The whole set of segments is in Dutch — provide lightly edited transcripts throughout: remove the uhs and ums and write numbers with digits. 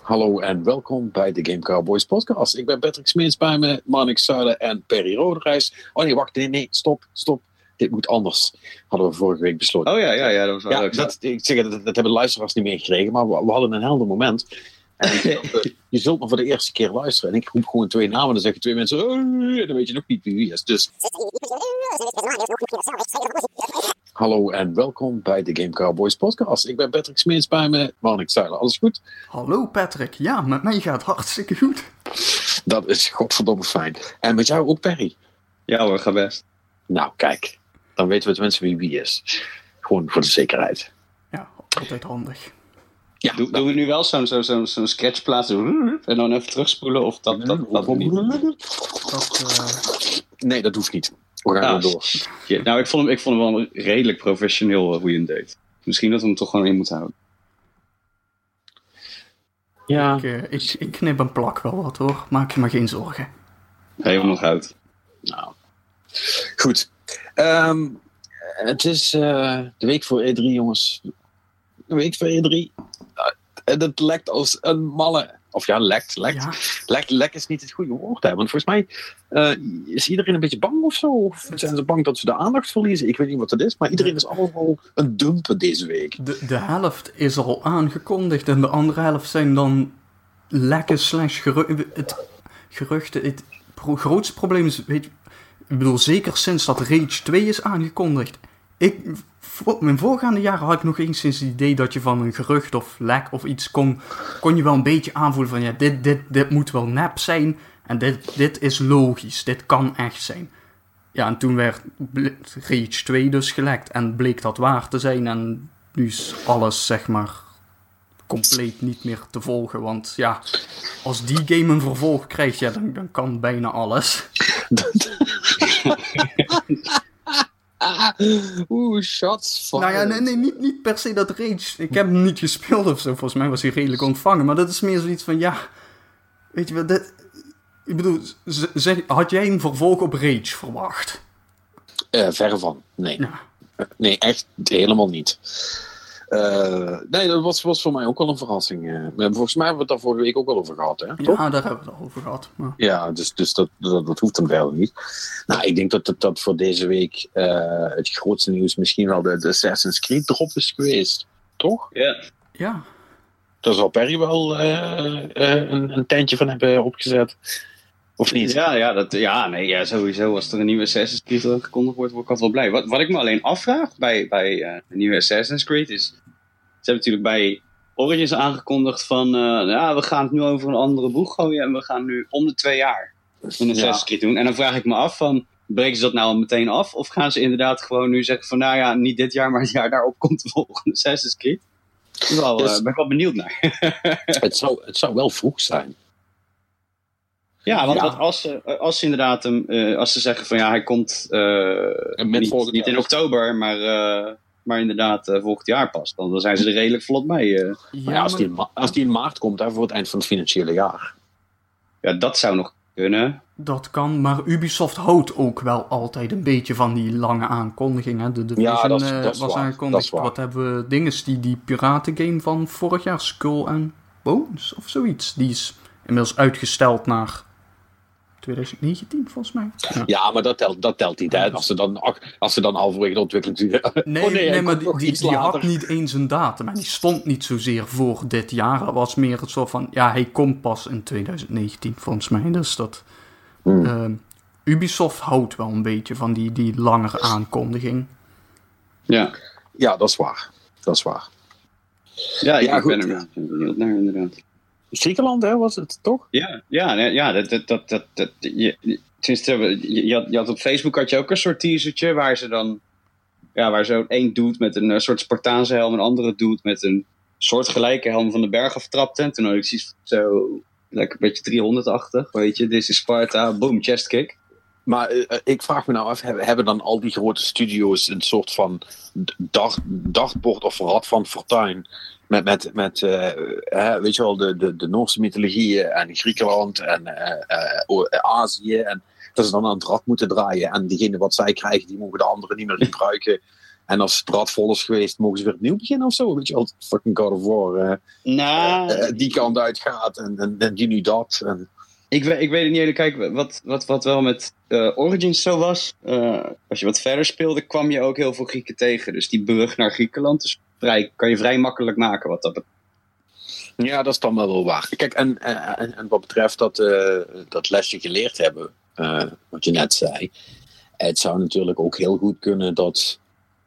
Hallo en welkom bij de Game Cowboys podcast. Ik ben Patrick Smeets, bij me Marnix Zuilen en Perry Roderijs. Oh nee, wacht, nee, stop. Dit moet anders. Hadden we vorige week besloten. Oh ja, dat was wel leuk. Ik zeg, dat hebben de luisteraars niet meegekregen, maar we hadden een helder moment. En je zult maar voor de eerste keer luisteren. En ik roep gewoon twee namen en dan zeggen twee mensen, dan weet je nog niet wie is. Dus... Hallo en welkom bij de Game Cowboys podcast. Ik ben Patrick Smeets, bij me Marnix Zuilen. Alles goed? Hallo Patrick, ja, met mij gaat het hartstikke goed. Dat is godverdomme fijn. En met jou ook, Perry? Ja hoor, ga best. Nou, kijk. Dan weten we tenminste wie is. Gewoon voor de zekerheid. Ja, altijd handig. Ja, Doen we nu wel zo'n sketch plaatsen en dan even terugspoelen of dat niet? Nee, dat hoeft niet. We gaan gewoon door. Shit. Nou, ik vond hem wel redelijk professioneel hoe je hem deed. Misschien dat we hem toch gewoon in moeten houden. Ja. Ik knip en plak wel wat hoor. Maak je maar geen zorgen. Helemaal nog uit. Nou. Goed. Het is de week voor E3, jongens. De week voor E3. Dat lekt als een malle. Of ja, lekt. Ja. Lek is niet het goede woord, hè. Want volgens mij is iedereen een beetje bang of zo. Of zijn ze bang dat ze de aandacht verliezen? Ik weet niet wat het is, maar iedereen is allemaal een dumpen deze week. De helft is al aangekondigd en de andere helft zijn dan lekken / geruchten. Het grootste probleem is, ik bedoel, zeker sinds dat Rage 2 is aangekondigd. Mijn voorgaande jaren had ik nog eens het idee dat je van een gerucht of lek of iets kon je wel een beetje aanvoelen van ja, dit moet wel nep zijn en dit is logisch, dit kan echt zijn. Ja, en toen werd Rage 2 dus gelekt en bleek dat waar te zijn en nu is alles zeg maar compleet niet meer te volgen, want ja, als die game een vervolg krijgt, ja, dan kan bijna alles. Shots van... Nou ja, nee, niet per se dat Rage... Ik heb hem niet gespeeld of zo. Volgens mij was hij redelijk ontvangen. Maar dat is meer zoiets van, ja... Weet je wel, ik bedoel, had jij een vervolg op Rage verwacht? Verre van, nee. Ja. Nee, echt helemaal niet. Nee, dat was voor mij ook wel een verrassing. Volgens mij hebben we het daar vorige week ook al over gehad, hè? Ja, toch? daar hebben we het al over gehad. Maar... Ja, dus dat hoeft hem verder niet. Nou, ik denk dat voor deze week het grootste nieuws misschien wel de Assassin's Creed drop is geweest. Toch? Ja. Daar zal Perry wel een tentje van hebben opgezet. Of niet? Ja, sowieso. Als er een nieuwe Assassin's Creed aangekondigd wordt, word ik altijd wel blij. Wat ik me alleen afvraag bij de nieuwe Assassin's Creed is... Ze hebben natuurlijk bij Origins aangekondigd van... we gaan het nu over een andere boeg gooien en we gaan nu om de 2 jaar een Assassin's Creed doen. En dan vraag ik me af van... Breken ze dat nou meteen af? Of gaan ze inderdaad gewoon nu zeggen van... Nou ja, niet dit jaar, maar het jaar daarop komt de volgende Assassin's Creed? Daar ben ik wel benieuwd naar. Het zou wel vroeg zijn. Ja, want als ze inderdaad als ze zeggen van ja, hij komt niet in oktober, maar inderdaad volgend jaar pas. Dan zijn ze er redelijk vlot mee. Als die in maart komt, voor het eind van het financiële jaar. Ja, dat zou nog kunnen. Dat kan, maar Ubisoft houdt ook wel altijd een beetje van die lange aankondigingen. De Division dat was waar. aangekondigd. Wat hebben we? Dinges die piratengame van vorig jaar, Skull and Bones of zoiets. Die is inmiddels uitgesteld naar 2019 volgens mij. Ja, maar dat telt niet. Hè? Als ze dan halverwege de ontwikkeling... Nee, maar die had niet eens een datum. En die stond niet zozeer voor dit jaar. Het was meer het soort van... Ja, hij komt pas in 2019 volgens mij. Dus dat... Ubisoft houdt wel een beetje van die langere aankondiging. Ja, dat is waar. Ja, ik ben er benieuwd naar inderdaad. Griekenland, hè, was het toch? Ja. Je had op Facebook had je ook een soort teasertje waar ze dan, waar zo één dude met een soort Spartaanse helm, een andere dude met een soort gelijke helm van de berg aftrapte. En toen had ik zoiets zo, lekker een beetje 300-achtig, weet je, this is Sparta, boom, chest kick. Maar ik vraag me nou af, hebben dan al die grote studio's een soort van dartbord of rad van fortuin met weet je wel, de Noorse mythologieën en Griekenland en Azië en dat ze dan aan het rad moeten draaien en diegene wat zij krijgen, die mogen de anderen niet meer gebruiken. En als het rad vol is geweest, mogen ze weer opnieuw beginnen of zo. Weet je wel, fucking God of War. Die kant uit gaat en die nu dat. En... Ik weet het niet. Kijk, wat wel met Origins zo was. Als je wat verder speelde, kwam je ook heel veel Grieken tegen. Dus die brug naar Griekenland kan je vrij makkelijk maken wat dat betreft. Ja, dat is dan wel waar. Kijk, en wat betreft dat lesje geleerd hebben, wat je net zei. Het zou natuurlijk ook heel goed kunnen dat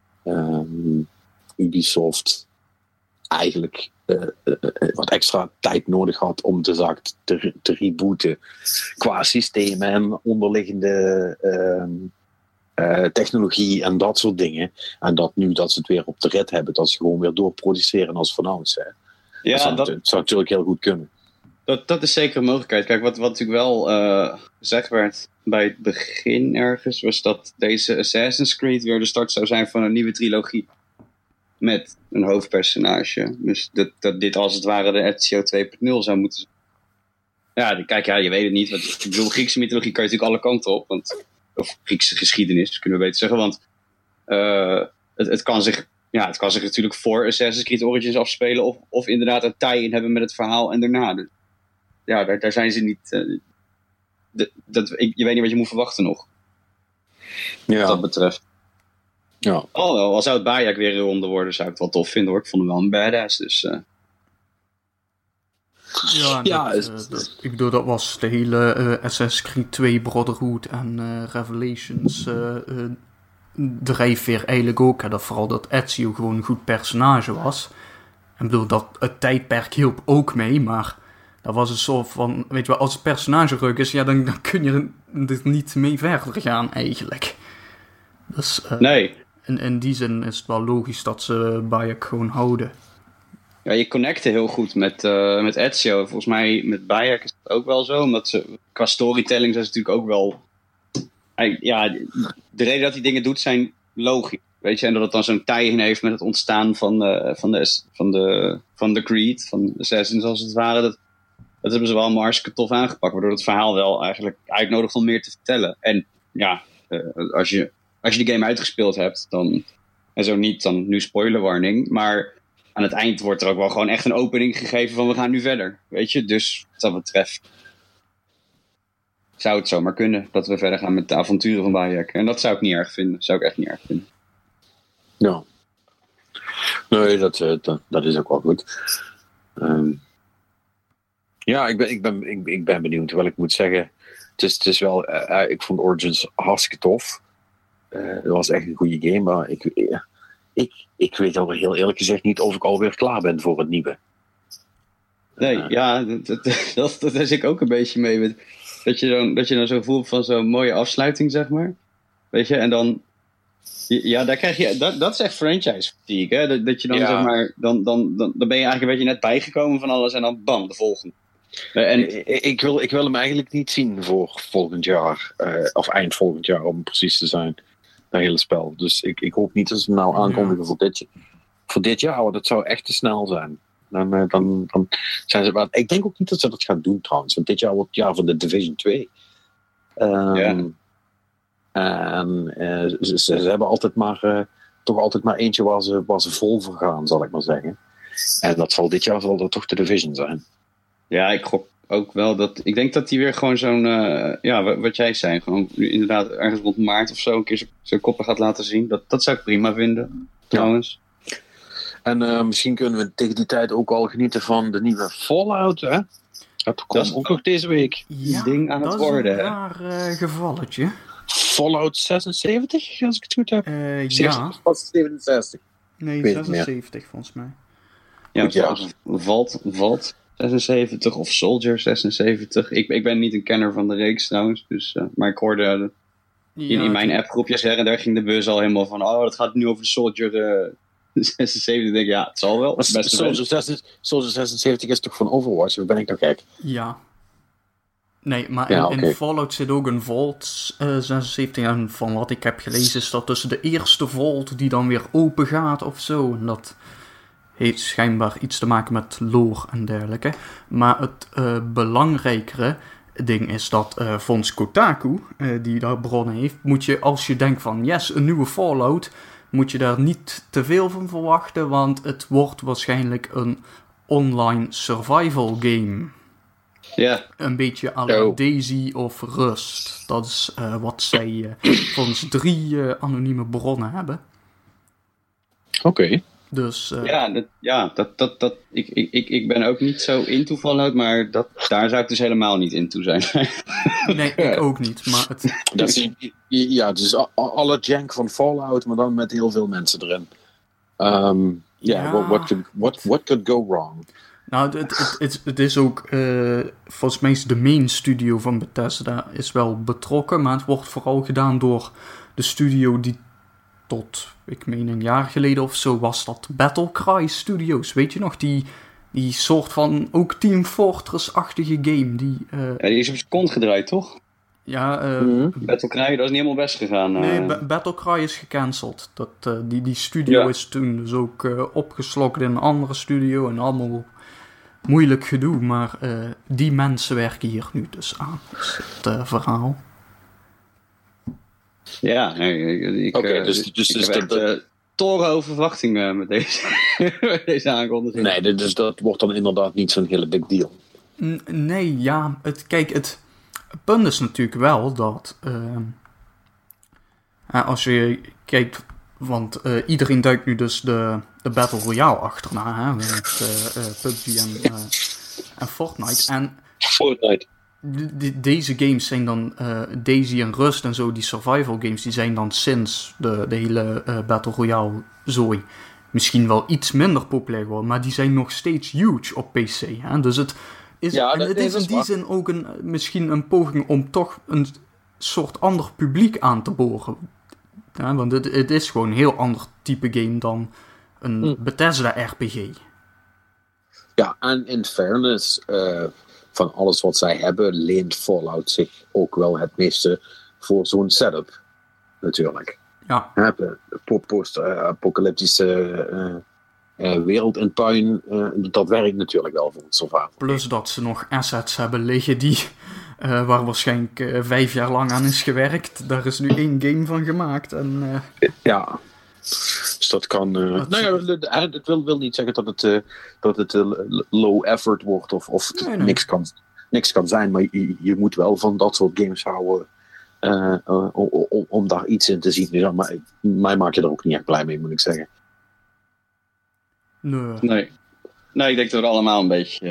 Ubisoft eigenlijk wat extra tijd nodig had om de zaak te rebooten qua systemen en onderliggende technologie en dat soort dingen. En dat nu dat ze het weer op de rit hebben, dat ze gewoon weer doorproduceren als vanouds. Ja, dat zou natuurlijk heel goed kunnen. Dat is zeker een mogelijkheid. Kijk, wat natuurlijk wel gezegd werd bij het begin ergens, was dat deze Assassin's Creed weer de start zou zijn van een nieuwe trilogie. Met een hoofdpersonage. Dus dat dit als het ware de Ezio 2.0 zou moeten zijn. Ja, kijk, je weet het niet. Want, ik bedoel, Griekse mythologie kan je natuurlijk alle kanten op. Of Griekse geschiedenis, kunnen we beter zeggen. Want het kan zich natuurlijk voor Assassin's Creed Origins afspelen. Of inderdaad een tie-in hebben met het verhaal en daarna. Dus, ja, daar zijn ze niet... je weet niet wat je moet verwachten nog. Ja. Wat dat betreft. Ja. Al zou het Bayek weer een ronde worden, zou ik het wel tof vinden hoor. Ik vond hem wel een badass, dus... Ik bedoel, dat was de hele Assassin's Creed 2 Brotherhood en Revelations drijfveer eigenlijk ook. Dat vooral dat Ezio gewoon een goed personage was. En ik bedoel, dat het tijdperk hielp ook mee, maar dat was een soort van... Weet je wel, als het personage ruk is, ja, dan kun je er niet mee verder gaan eigenlijk. Dus, nee. In die zin is het wel logisch dat ze Bayek gewoon houden. Ja, je connecte heel goed met Ezio. Volgens mij met Bayek is het ook wel zo. Omdat ze qua storytelling zijn ze natuurlijk ook wel... Ja, de reden dat hij dingen doet zijn logisch. Weet je, en dat het dan zo'n tie-in heeft met het ontstaan van de Creed, van Assassins als het ware. Dat hebben ze wel maar hartstikke tof aangepakt. Waardoor het verhaal wel eigenlijk uitnodigt om meer te vertellen. En ja, als je die game uitgespeeld hebt, dan... En zo niet, dan nu spoilerwarning. Maar aan het eind wordt er ook wel gewoon echt een opening gegeven van we gaan nu verder. Weet je, dus wat dat betreft zou het zomaar kunnen dat we verder gaan met de avonturen van Bayek. En dat zou ik niet erg vinden. Zou ik echt niet erg vinden. Ja. Nee, dat is ook wel goed. Ja, ik ben benieuwd. Terwijl ik moet zeggen, het is wel... ik vond Origins hartstikke tof. Het was echt een goede game, maar ik weet al heel eerlijk gezegd niet of ik alweer klaar ben voor het nieuwe. Nee, ja, dat is ik ook een beetje mee met... Dat je dan zo voelt van zo'n mooie afsluiting, zeg maar. Weet je, en dan... Ja, daar krijg je... Dat is echt franchise fatigue, hè. Dat je dan, zeg maar... Dan ben je eigenlijk een beetje net bijgekomen van alles en dan bam, de volgende. Ik wil hem eigenlijk niet zien voor volgend jaar. Of eind volgend jaar, om precies te zijn. Dat hele spel. Dus ik hoop niet dat ze hem nou aankondigen voor dit jaar. Want dat zou echt te snel zijn. Dan zijn ze... Ik denk ook niet dat ze dat gaan doen trouwens. Want dit jaar wordt het jaar van de Division 2. En ze hebben toch altijd maar eentje waar ze vol voor gaan, zal ik maar zeggen. En dit jaar zal dat toch de Division zijn. Ja, ik gok ook wel dat... Ik denk dat hij weer gewoon zo'n... wat jij zei. Gewoon inderdaad ergens rond maart of zo een keer zijn koppen gaat laten zien. Dat zou ik prima vinden, trouwens. Ja. En misschien kunnen we tegen die tijd ook al genieten van de nieuwe Fallout, hè? Dat komt ook nog deze week. Ja, ding aan het worden. Dat is een raar gevalletje. Fallout 76, als ik het goed heb. Ja. Was 67? Nee, 76 volgens mij. Ja, Vault 76 of Soldier 76. Ik ben niet een kenner van de reeks trouwens. Dus, maar ik hoorde in mijn appgroepjes her en daar ging de bus al helemaal van... Oh, dat gaat nu over de Soldier 76. Ik denk, ja, het zal wel. Soldier 76 is toch van Overwatch? Of ben ik nou gek? Ja. Nee, maar in Fallout zit ook een Vault 76. En van wat ik heb gelezen is dat tussen de eerste Vault die dan weer open gaat of zo. En dat heeft schijnbaar iets te maken met lore en dergelijke. Maar het belangrijkere ding is dat volgens Kotaku, die daar bronnen heeft, moet je als je denkt van yes, een nieuwe Fallout, moet je daar niet te veel van verwachten, want het wordt waarschijnlijk een online survival game. Ja. Een beetje à la Daisy of Rust. Dat is wat zij volgens 3 anonieme bronnen hebben. Oké. Dus, ik ben ook niet zo into Fallout, maar daar zou ik dus helemaal niet into zijn. Nee, ik ook niet. Maar het is alle jank van Fallout, maar dan met heel veel mensen erin. What could go wrong? Nou, het is ook, volgens mij is de main studio van Bethesda is wel betrokken, maar het wordt vooral gedaan door de studio die tot, ik meen een jaar geleden of zo, was dat Battlecry Studios. Weet je nog, die soort van, ook Team Fortress-achtige game. Die is op zijn kont gedraaid, toch? Ja, Battlecry, dat is niet helemaal best gegaan. Nee, Battlecry is gecanceld. Die studio is toen dus ook opgeslokt in een andere studio en allemaal moeilijk gedoe, maar die mensen werken hier nu dus aan. Dat is het verhaal. Ja, ik heb toren verwachtingen met deze aankondiging. Nee, dus dat wordt dan inderdaad niet zo'n hele big deal. Nee, ja, het punt is natuurlijk wel dat als je kijkt, want iedereen duikt nu dus de Battle Royale achterna, hè, met PUBG en Fortnite. En deze games zijn dan Daisy en Rust en zo, die survival games, die zijn dan sinds de hele Battle Royale zooi misschien wel iets minder populair geworden, maar die zijn nog steeds huge op PC. Hè? Dus het is in die zin ook misschien een poging om toch een soort ander publiek aan te boren. Ja, want het is gewoon een heel ander type game dan een Bethesda RPG. Ja, en in fairness, van alles wat zij hebben, leent Fallout zich ook wel het meeste voor zo'n setup. Natuurlijk. Ja. Post-apocalyptische wereld in puin, dat werkt natuurlijk wel voor het survival. Plus dat ze nog assets hebben liggen die waar waarschijnlijk 5 jaar lang aan is gewerkt. Daar is nu 1 game van gemaakt. En, ja. Dus dat kan... het wil niet zeggen dat het low effort wordt of nee. Niks kan zijn, maar je moet wel van dat soort games houden om daar iets in te zien. Dus, maar mij maak je er ook niet echt blij mee, moet ik zeggen. Nee, ik denk dat we allemaal een beetje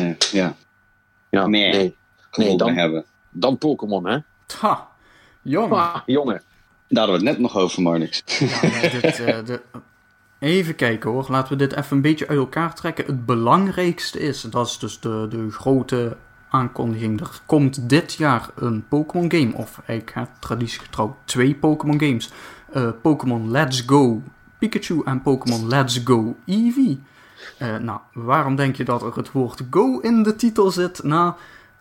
nee, dan Pokémon, hè? Ha, jongen. Daar hadden we het net nog over, Marnix. Ja, even kijken hoor, laten we dit even een beetje uit elkaar trekken. Het belangrijkste is, dat is dus de grote aankondiging. Er komt dit jaar een Pokémon game, of eigenlijk traditiegetrouw 2 Pokémon games. Pokémon Let's Go Pikachu en Pokémon Let's Go Eevee. Waarom denk je dat er het woord Go in de titel zit? Nou,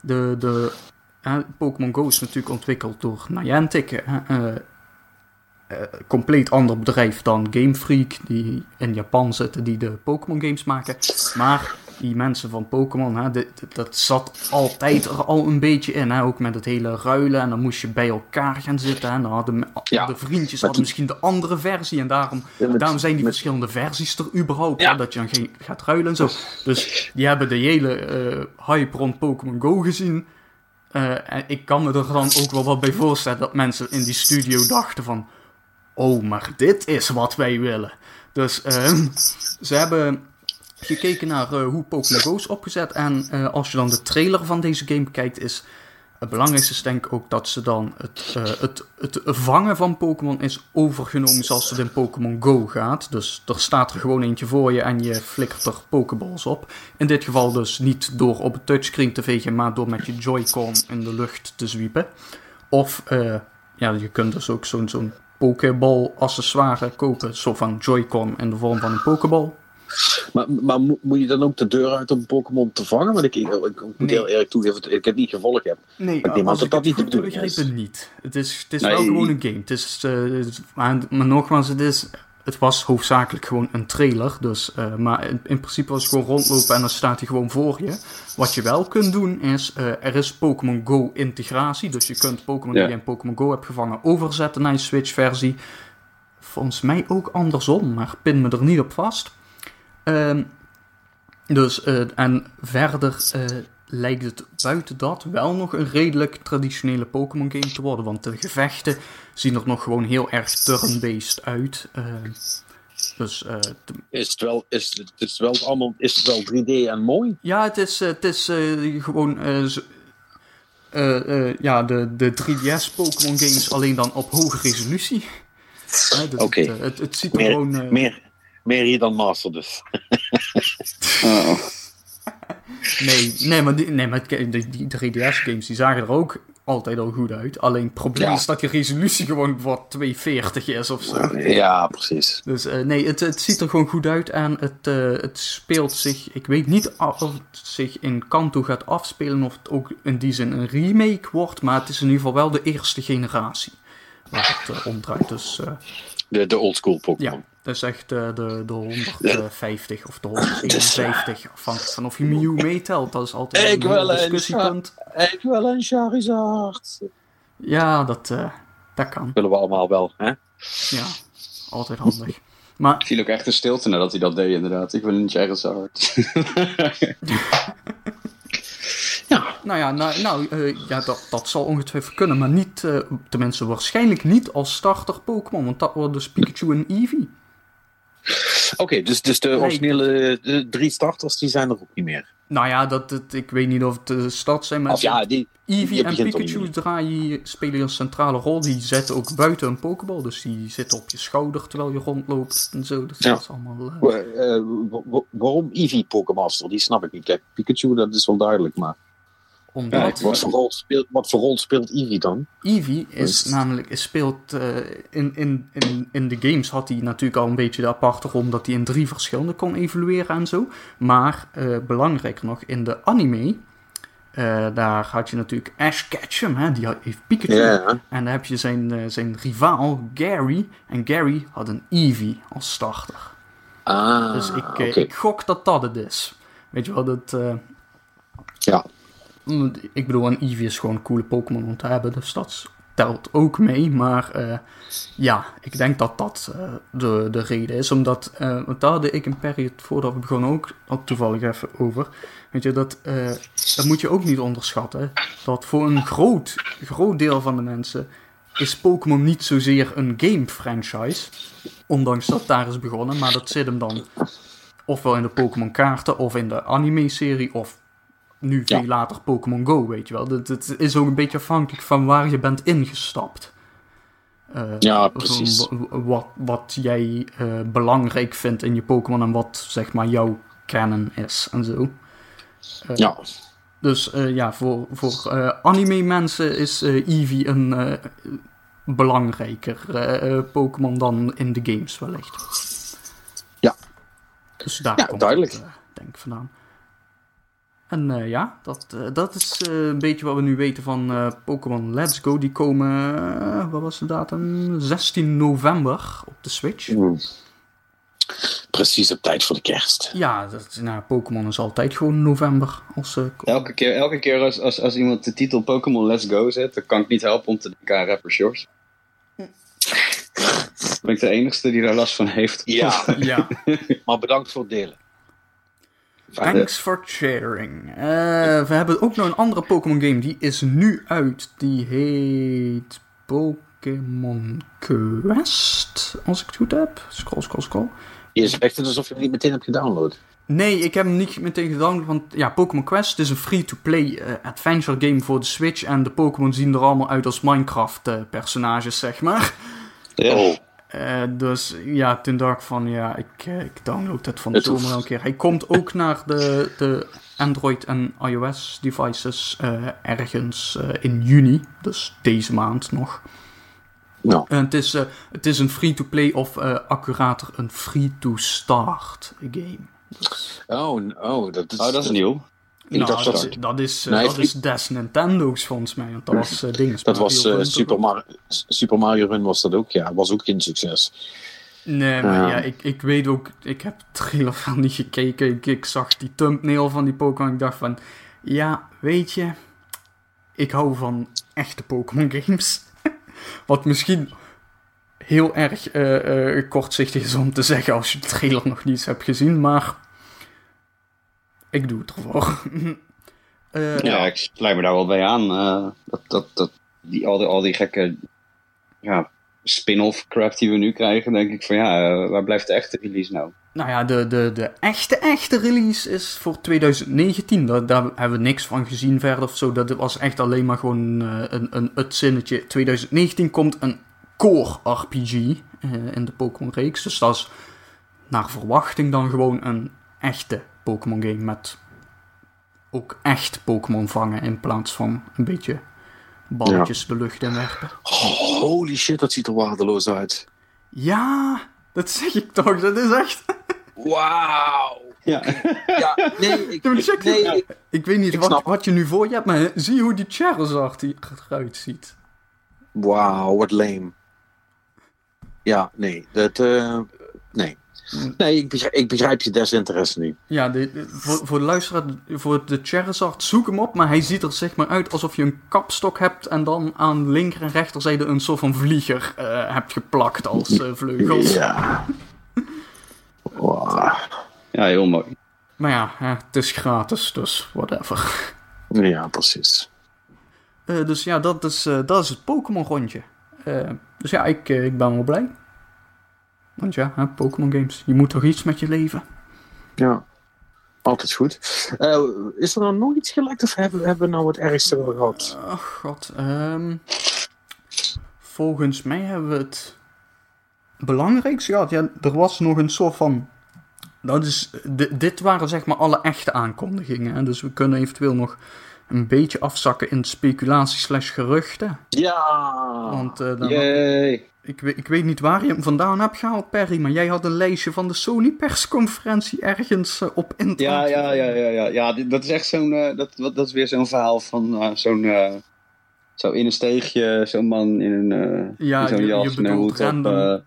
Pokémon Go is natuurlijk ontwikkeld door Niantic. Compleet ander bedrijf dan Game Freak, die in Japan zitten, die de Pokémon games maken. Maar die mensen van Pokémon, dat zat altijd er al een beetje in. Hè? Ook met het hele ruilen. En dan moest je bij elkaar gaan zitten. En dan hadden de vriendjes misschien de andere versie. En daarom zijn die verschillende versies er überhaupt. Ja. Dat je dan gaat ruilen en zo. Dus die hebben de hele hype rond Pokémon Go gezien. En ik kan me er dan ook wel wat bij voorstellen dat mensen in die studio dachten van... Oh, maar dit is wat wij willen. Dus ze hebben gekeken naar hoe Pokémon Go is opgezet. En als je dan de trailer van deze game bekijkt, is het belangrijkste is denk ik ook dat ze dan het vangen van Pokémon is overgenomen zoals het in Pokémon Go gaat. Dus er staat er gewoon eentje voor je en je flikkert er Pokéballs op. In dit geval dus niet door op het touchscreen te vegen, maar door met je Joy-Con in de lucht te zwiepen. Of je kunt dus ook zo'n Pokéball accessoire kopen, zo van Joy-Con in de vorm van een Pokéball. Maar moet je dan ook de deur uit om Pokémon te vangen? Want ik moet heel eerlijk toegeven dat ik het niet gevolgd heb. Nee, maar ik denk dat niet de bedoeling is. Niet. Het is wel gewoon een game. Maar nogmaals, het was hoofdzakelijk gewoon een trailer. Dus, maar in principe was het gewoon rondlopen en dan staat hij gewoon voor je. Wat je wel kunt doen is, er is Pokémon Go integratie. Dus je kunt Pokémon die je in Pokémon Go hebt gevangen overzetten naar je Switch versie. volgens mij ook andersom, maar pin me er niet op vast. En verder lijkt het buiten dat wel nog een redelijk traditionele Pokémon game te worden. Want de gevechten zien er nog gewoon heel erg turn-based uit. Is het wel 3D en mooi? Ja, het is gewoon de 3DS Pokémon games alleen dan op hoge resolutie. Oké. Het ziet er gewoon... Meer hier dan Master dus. Nee, maar die 3DS games die zagen er ook altijd al goed uit. Alleen het probleem is dat die resolutie gewoon wat 240 is of zo. Ja, precies. Dus het ziet er gewoon goed uit en het speelt zich... Ik weet niet of het zich in Kanto gaat afspelen of het ook in die zin een remake wordt, maar het is in ieder geval wel de eerste generatie waar het om draait. Dus, de oldschool Pokémon. Ja, dat is echt de 150 of de 151, afhankelijk van of je Mew meetelt. Dat is altijd een discussiepunt. Ik wil een Charizard. Ja, dat kan. Willen we allemaal wel, hè? Ja, altijd handig. Maar... Ik viel ook echt een stilte nadat hij dat deed, inderdaad. Ik wil een Charizard. Ja. Dat zal ongetwijfeld kunnen, maar niet, tenminste waarschijnlijk niet als starter Pokémon, want dat worden dus Pikachu en Eevee. Oké, dus de originele 3 starters, die zijn er ook niet meer. Nou ja, ik weet niet of het de start zijn, maar Eevee en Pikachu spelen een centrale rol. Die zetten ook buiten een Pokéball, dus die zitten op je schouder terwijl je rondloopt en zo. Dus dat is allemaal... Waarom Eevee Pokémaster? Die snap ik niet. Kijk, Pikachu, dat is wel duidelijk, maar... Omdat... Wat voor rol speelt Eevee dan? Eevee speelt in de games had hij natuurlijk al een beetje de aparte rol, omdat hij in 3 verschillende kon evolueren en zo. Maar belangrijker nog, in de anime, daar had je natuurlijk Ash Ketchum, hè, die heeft Pikachu. Yeah. En dan heb je zijn rivaal Gary. En Gary had een Eevee als starter. Dus ik gok dat het is. Weet je wel, dat... Ja. Ik bedoel, een Eevee is gewoon een coole Pokémon om te hebben, dus dat telt ook mee. Maar ik denk dat de reden is. Omdat, want daar had ik een periode voordat we begonnen ook al toevallig even over. Weet je, dat moet je ook niet onderschatten. Dat voor een groot deel van de mensen is Pokémon niet zozeer een game franchise. Ondanks dat daar is begonnen, maar dat zit hem dan ofwel in de Pokémon kaarten of in de anime-serie of... Nu veel later Pokémon Go, weet je wel. Het is ook een beetje afhankelijk van waar je bent ingestapt. Precies. Wat jij belangrijk vindt in je Pokémon en wat, zeg maar, jouw canon is en zo. Dus voor anime-mensen is Eevee een belangrijker Pokémon dan in de games wellicht. Ja. Dus daar komt duidelijk. het, denk ik, vandaan. En dat is een beetje wat we nu weten van Pokémon Let's Go. Die komen, wat was de datum? 16 november op de Switch. Precies op tijd voor de kerst. Ja, Pokémon is altijd gewoon november. Elke keer als iemand de titel Pokémon Let's Go zet, dan kan ik niet helpen om te denken aan rapper Shores. Ben ik de enigste die daar last van heeft? Ja. Maar bedankt voor het delen. Thanks for sharing. We hebben ook nog een andere Pokémon game. Die is nu uit. Die heet Pokémon Quest. Als ik het goed heb. Scroll. Je zegt het alsof je hem niet meteen hebt gedownload. Nee, ik heb hem niet meteen gedownload. Want Pokémon Quest is een free-to-play adventure game voor de Switch. En de Pokémon zien er allemaal uit als Minecraft personages, zeg maar. Ja. Dus toen dacht ik van, ik download het van de zomer een keer. Hij komt ook naar de Android en iOS devices ergens in juni. Dus deze maand nog. No. Het is een free-to-play of accurater een free-to-start game. Dus... dat is nieuw. Dat is des Nintendo's volgens mij. Want dat was dingen. Dat was Super Mario Run was dat ook. Ja, was ook geen succes. Nee, maar ik weet ook... Ik heb de trailer van niet gekeken. Ik zag die thumbnail van die Pokémon. Ik dacht van... Ja, weet je... Ik hou van echte Pokémon games. Wat misschien heel erg kortzichtig is om te zeggen als je de trailer nog niet hebt gezien, maar ik doe het ervoor. Ja, ik sluit me daar wel bij aan. Al die gekke spin-off crap die we nu krijgen, denk ik van waar blijft de echte release nou? Nou ja, de echte release is voor 2019. Daar hebben we niks van gezien verder of zo. Dat was echt alleen maar gewoon het zinnetje. 2019 komt een core RPG in de Pokémon-reeks. Dus dat is naar verwachting dan gewoon een echte Pokémon-game met ook echt Pokémon vangen in plaats van een beetje balletjes de lucht in werpen. Holy shit, dat ziet er waardeloos uit. Ja, dat zeg ik toch. Dat is echt... Wauw. Ja. Ja, nee, ik weet niet wat je nu voor je hebt, maar zie hoe die Charizard eruit ziet. Wauw, wat lame. Ja, nee. Nee. Nee, ik begrijp je desinteresse niet. Ja, voor de luisteraar, voor de Charizard, zoek hem op, maar hij ziet er zeg maar uit alsof je een kapstok hebt en dan aan linker en rechterzijde een soort van vlieger hebt geplakt als vleugels. Ja. Wow. Ja, heel mooi. Maar ja, het is gratis, dus whatever. Ja, precies. Dus ja, dat is het Pokémon rondje. Dus ja, ik ben wel blij. Want ja, Pokémon games. Je moet toch iets met je leven? Ja, altijd goed. Is er dan nog iets gelekt of hebben we nou wat ergste gehad? God. Volgens mij hebben we het belangrijkste gehad. Ja, er was nog een soort van... dit waren zeg maar alle echte aankondigingen. Hè? Dus we kunnen eventueel nog een beetje afzakken in speculatie/geruchten. Ja! Want Yay! Ik weet niet waar je hem vandaan hebt gehaald, Perry, maar jij had een lijstje van de Sony persconferentie ergens op internet. Ja, dat is echt zo'n... dat is weer zo'n verhaal van zo in een steegje, zo'n man in zo'n jas en een hoed op...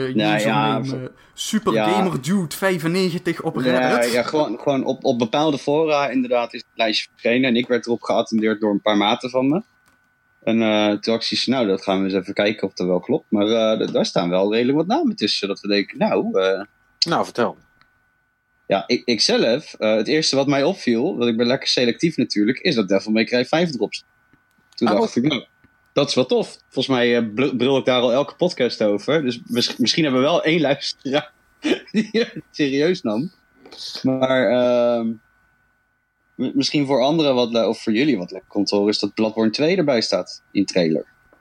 Super Gamer Dude 95 op Reddit. Ja, gewoon op bepaalde fora inderdaad is het lijstje verschenen. En ik werd erop geattendeerd door een paar maten van me. En toen had ik zoiets, nou, dat gaan we eens even kijken of dat wel klopt. Maar daar staan wel redelijk wat namen tussen. Dat we denken, Nou, vertel. Ja, ik zelf, het eerste wat mij opviel, want ik ben lekker selectief natuurlijk, is dat Devil May Cry 5 erop staat. Toen dacht ik, nou, dat is wel tof. Volgens mij brul ik daar al elke podcast over. Dus misschien hebben we wel één luisteraar die het serieus nam. Maar misschien voor anderen of voor jullie wat lekker komt horen, is dat Bloodborne 2 erbij staat in trailer.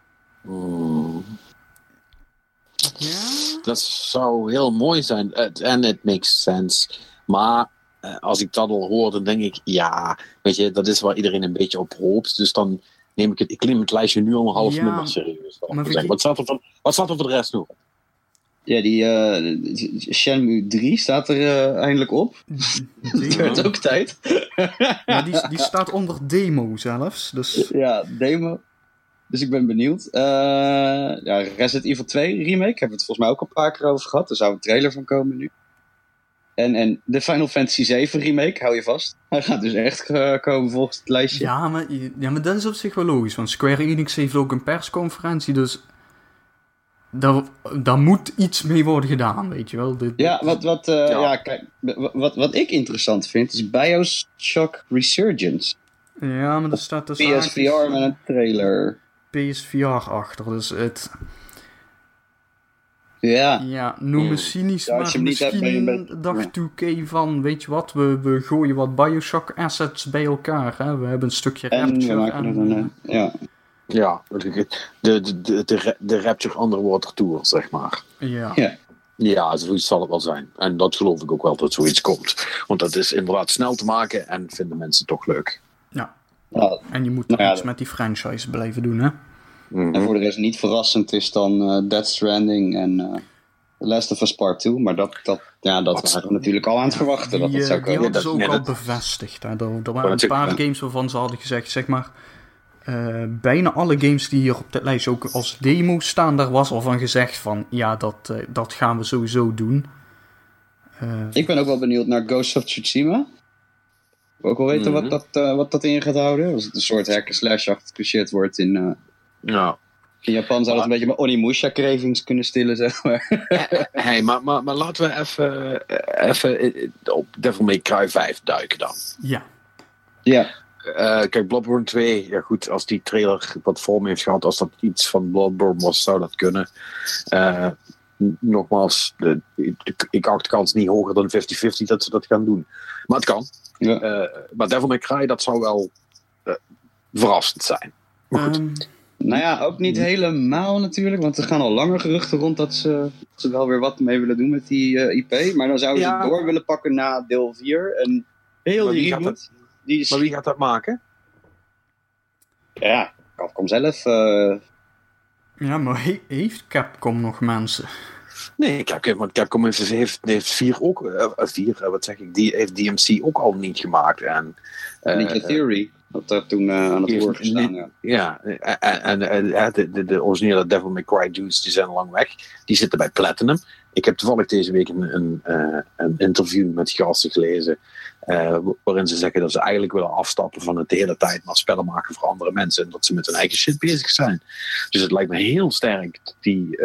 Ja? Dat zou heel mooi zijn. En it makes sense. Maar als ik dat al hoor, dan denk ik, ja, weet je, dat is waar iedereen een beetje op hoopt. Dus dan ik neem het lijstje nu al een half minder serieus. Wat staat er voor de rest nog? Ja, die Shenmue 3 staat er eindelijk op. Het werd ook tijd. Ja, die staat onder demo zelfs. Dus... Ja, demo. Dus ik ben benieuwd. Resident Evil 2 remake, hebben we het volgens mij ook een paar keer over gehad. Er zou een trailer van komen nu. En de Final Fantasy 7 remake, hou je vast. Hij gaat dus echt komen volgens het lijstje. Ja, maar dat is op zich wel logisch. Want Square Enix heeft ook een persconferentie, dus... Daar moet iets mee worden gedaan, weet je wel. Kijk, wat ik interessant vind, is BioShock Resurgence. Ja, maar er staat dus PSVR met een trailer. PSVR achter, dus het... Ja. Ja, noem me cynisch, Ja, maar misschien dacht 2K van, weet je wat, we gooien wat BioShock assets bij elkaar. Hè? We hebben een stukje Rapture. Ja, de Rapture Underwater Tour, zeg maar. Ja, zoiets zal het wel zijn. En dat geloof ik ook wel dat zoiets komt. Want dat is inderdaad snel te maken en vinden mensen toch leuk. Ja. En je moet iets met die franchise blijven doen, hè? Mm-hmm. En voor de rest niet verrassend is dan Death Stranding en The Last of Us Part 2. Maar dat waren we natuurlijk al aan het verwachten. Dat zou komen. Die hadden ze ook al bevestigd. Hè? Er waren een paar games waarvan ze hadden gezegd, zeg maar... bijna alle games die hier op de lijst ook als demo staan, daar was al van gezegd van, ja, dat gaan we sowieso doen. Ik ben ook wel benieuwd naar Ghost of Tsushima. We ook wel weten wat dat in gaat houden. Als het een soort hack-and-slash-achtige shit wordt in... In Japan zou dat een beetje mijn Onimusha cravings kunnen stillen, zeg maar. Hey, maar laten we even op Devil May Cry 5 duiken dan. Ja. Ja. Kijk, Bloodborne 2, ja goed, als die trailer wat vorm heeft gehad, als dat iets van Bloodborne was, zou dat kunnen. Nogmaals, ik acht de kans niet hoger dan 50-50 dat ze dat gaan doen. Maar het kan. Ja. Maar Devil May Cry, dat zou wel verrassend zijn. Maar goed. Nou ja, ook niet helemaal natuurlijk, want er gaan al langer geruchten rond dat ze wel weer wat mee willen doen met die IP. Maar dan zouden ze door willen pakken na deel 4. En heel die reboot. Maar wie gaat dat maken? Ja, Capcom zelf. Ja, maar heeft Capcom nog mensen? Nee, Capcom heeft 4 ook. Die heeft DMC ook al niet gemaakt. En Ninja Theory. Dat daar toen aan het woord gestaan. Ja, en de originele Devil May Cry dudes die zijn lang weg. Die zitten bij Platinum. Ik heb toevallig deze week een interview met gasten gelezen. Waarin ze zeggen dat ze eigenlijk willen afstappen van het de hele tijd maar spellen maken voor andere mensen. En dat ze met hun eigen shit bezig zijn. Dus het lijkt me heel sterk dat die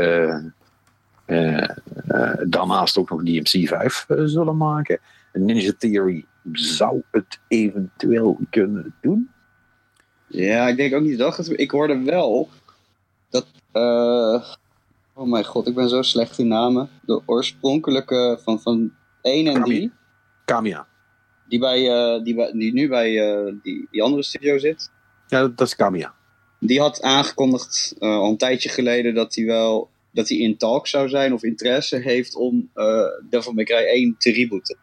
daarnaast ook nog DMC 5 zullen maken. Ninja Theory zou het eventueel kunnen doen. Ja, ik denk ook niet dat. Ik hoorde wel dat... oh mijn god, ik ben zo slecht in namen. De oorspronkelijke van 1 en 3. Kamiya. Die nu bij die andere studio zit. Ja, dat is Kamiya. Die had aangekondigd al een tijdje geleden dat hij in talk zou zijn of interesse heeft om Devil May Cry 1 te rebooten.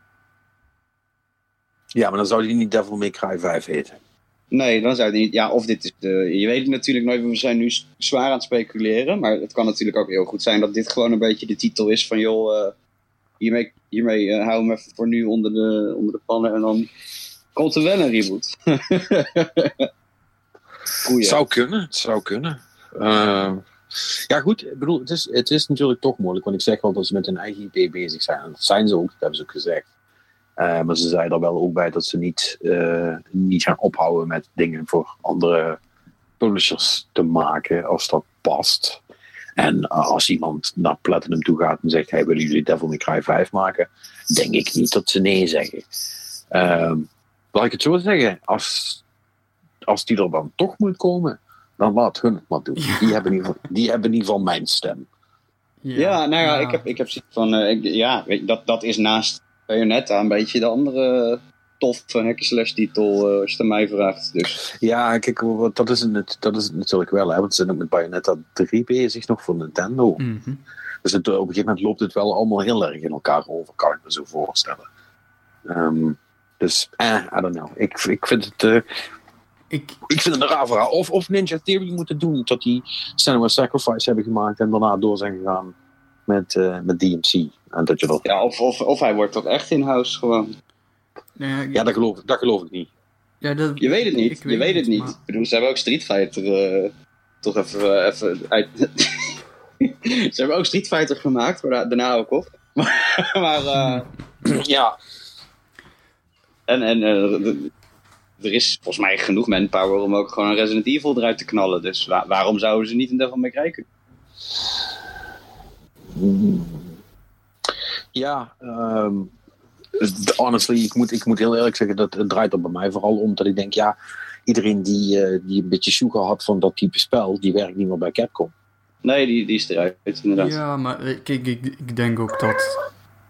Ja, maar dan zou die niet Devil May Cry 5 heten. Nee, dan zou die niet... Ja, of dit is je weet het natuurlijk nooit, we zijn nu zwaar aan het speculeren. Maar het kan natuurlijk ook heel goed zijn dat dit gewoon een beetje de titel is van... joh, hiermee hou hem even voor nu onder de pannen en dan komt er wel een reboot. Het zou kunnen. Ja goed, ik bedoel, het is natuurlijk toch moeilijk. Want ik zeg wel dat ze met hun eigen IP bezig zijn. En dat zijn ze ook, dat hebben ze ook gezegd. Maar ze zeiden er wel ook bij dat ze niet gaan ophouden met dingen voor andere publishers te maken als dat past. En als iemand naar Platinum toe gaat en zegt, hey, willen jullie Devil May Cry 5 maken? Denk ik niet dat ze nee zeggen. Laat ik het zo zeggen, als die er dan toch moet komen, dan laat hun het maar doen. Ja. Die hebben in ieder geval mijn stem. Ja, nou ja, ik heb zoiets van, dat is naast Bayonetta een beetje de andere toffe hack-slash titel, als je het aan mij vraagt. Dus. Ja, kijk, dat is het natuurlijk wel, hè, want ze zijn ook met Bayonetta 3 bezig nog voor Nintendo. Mm-hmm. Dus op een gegeven moment loopt het wel allemaal heel erg in elkaar over, kan ik me zo voorstellen. Dus, I don't know. Ik vind het... Ik vind het een raar verhaal. Of Ninja Theory moeten doen dat die Senua's Sacrifice hebben gemaakt en daarna door zijn gegaan met DMC. En dat je dat... Ja, of hij wordt toch echt in-house gewoon. Ja, dat geloof ik niet. Ja, je weet het niet. Je weet het niet. Maar... Ik bedoel, ze hebben ook Street Fighter toch even uit... Ze hebben ook Street Fighter gemaakt, daarna ook op. maar ja. En er is volgens mij genoeg manpower om ook gewoon een Resident Evil eruit te knallen. Dus waarom zouden ze niet een Devil May Cry kunnen? Ja, honestly, ik moet heel eerlijk zeggen dat het draait er bij mij vooral om dat ik denk, ja, iedereen die een beetje zoeken had van dat type spel, die werkt niet meer bij Capcom. Nee, die is eruit, inderdaad. Ja, maar kijk, ik denk ook dat...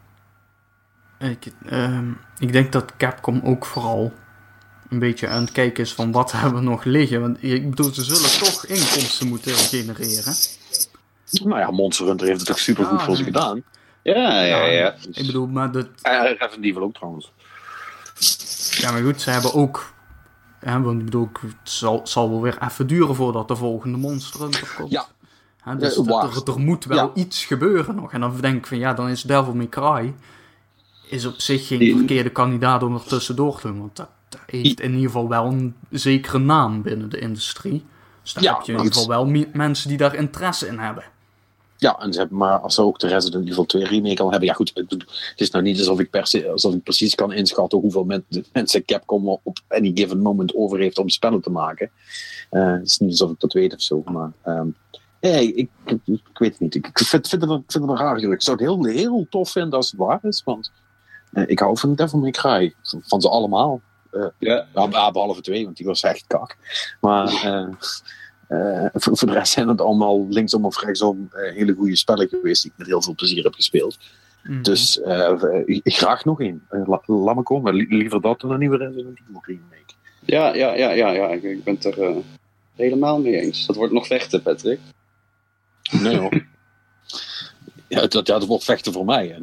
Ik denk dat Capcom ook vooral een beetje aan het kijken is van wat hebben we nog liggen. Want ik bedoel, ze zullen toch inkomsten moeten genereren. Nou ja, Monster Hunter heeft het toch supergoed voor ze gedaan. Ja. Ik bedoel, maar dat... Resident Evil ook trouwens. Ja, maar goed, ze hebben ook... want ik bedoel, het zal wel weer even duren voordat de volgende Monster Hunter komt. Ja. Dus er moet wel iets gebeuren nog. En dan denk ik van, ja, dan is Devil May Cry... is op zich geen verkeerde kandidaat om er tussendoor te doen. Want dat heeft in ieder geval wel een zekere naam binnen de industrie. Dus daar heb je in ieder geval wel mensen die daar interesse in hebben. Ja, en maar als ze ook de Resident Evil 2 remake al hebben... Ja goed, het is nou niet alsof ik precies kan inschatten hoeveel mensen Capcom op any given moment over heeft om spellen te maken. Het is niet alsof ik dat weet of zo. Maar Nee, ik weet het niet. Ik vind het een raar gerucht. Ik zou het heel, heel tof vinden als het waar is, want ik hou van Devil May Cry. Van ze allemaal. Behalve 2, want die was echt kak. Maar voor de rest zijn het allemaal linksom of rechtsom hele goede spellen geweest die ik met heel veel plezier heb gespeeld. Mm. Dus graag nog één. Laat me komen. Liever dat dan een nieuwe Resident Evil remake. Ja. Ik ben het er helemaal mee eens. Dat wordt nog vechten, Patrick. Nee hoor. Dat wordt vechten voor mij.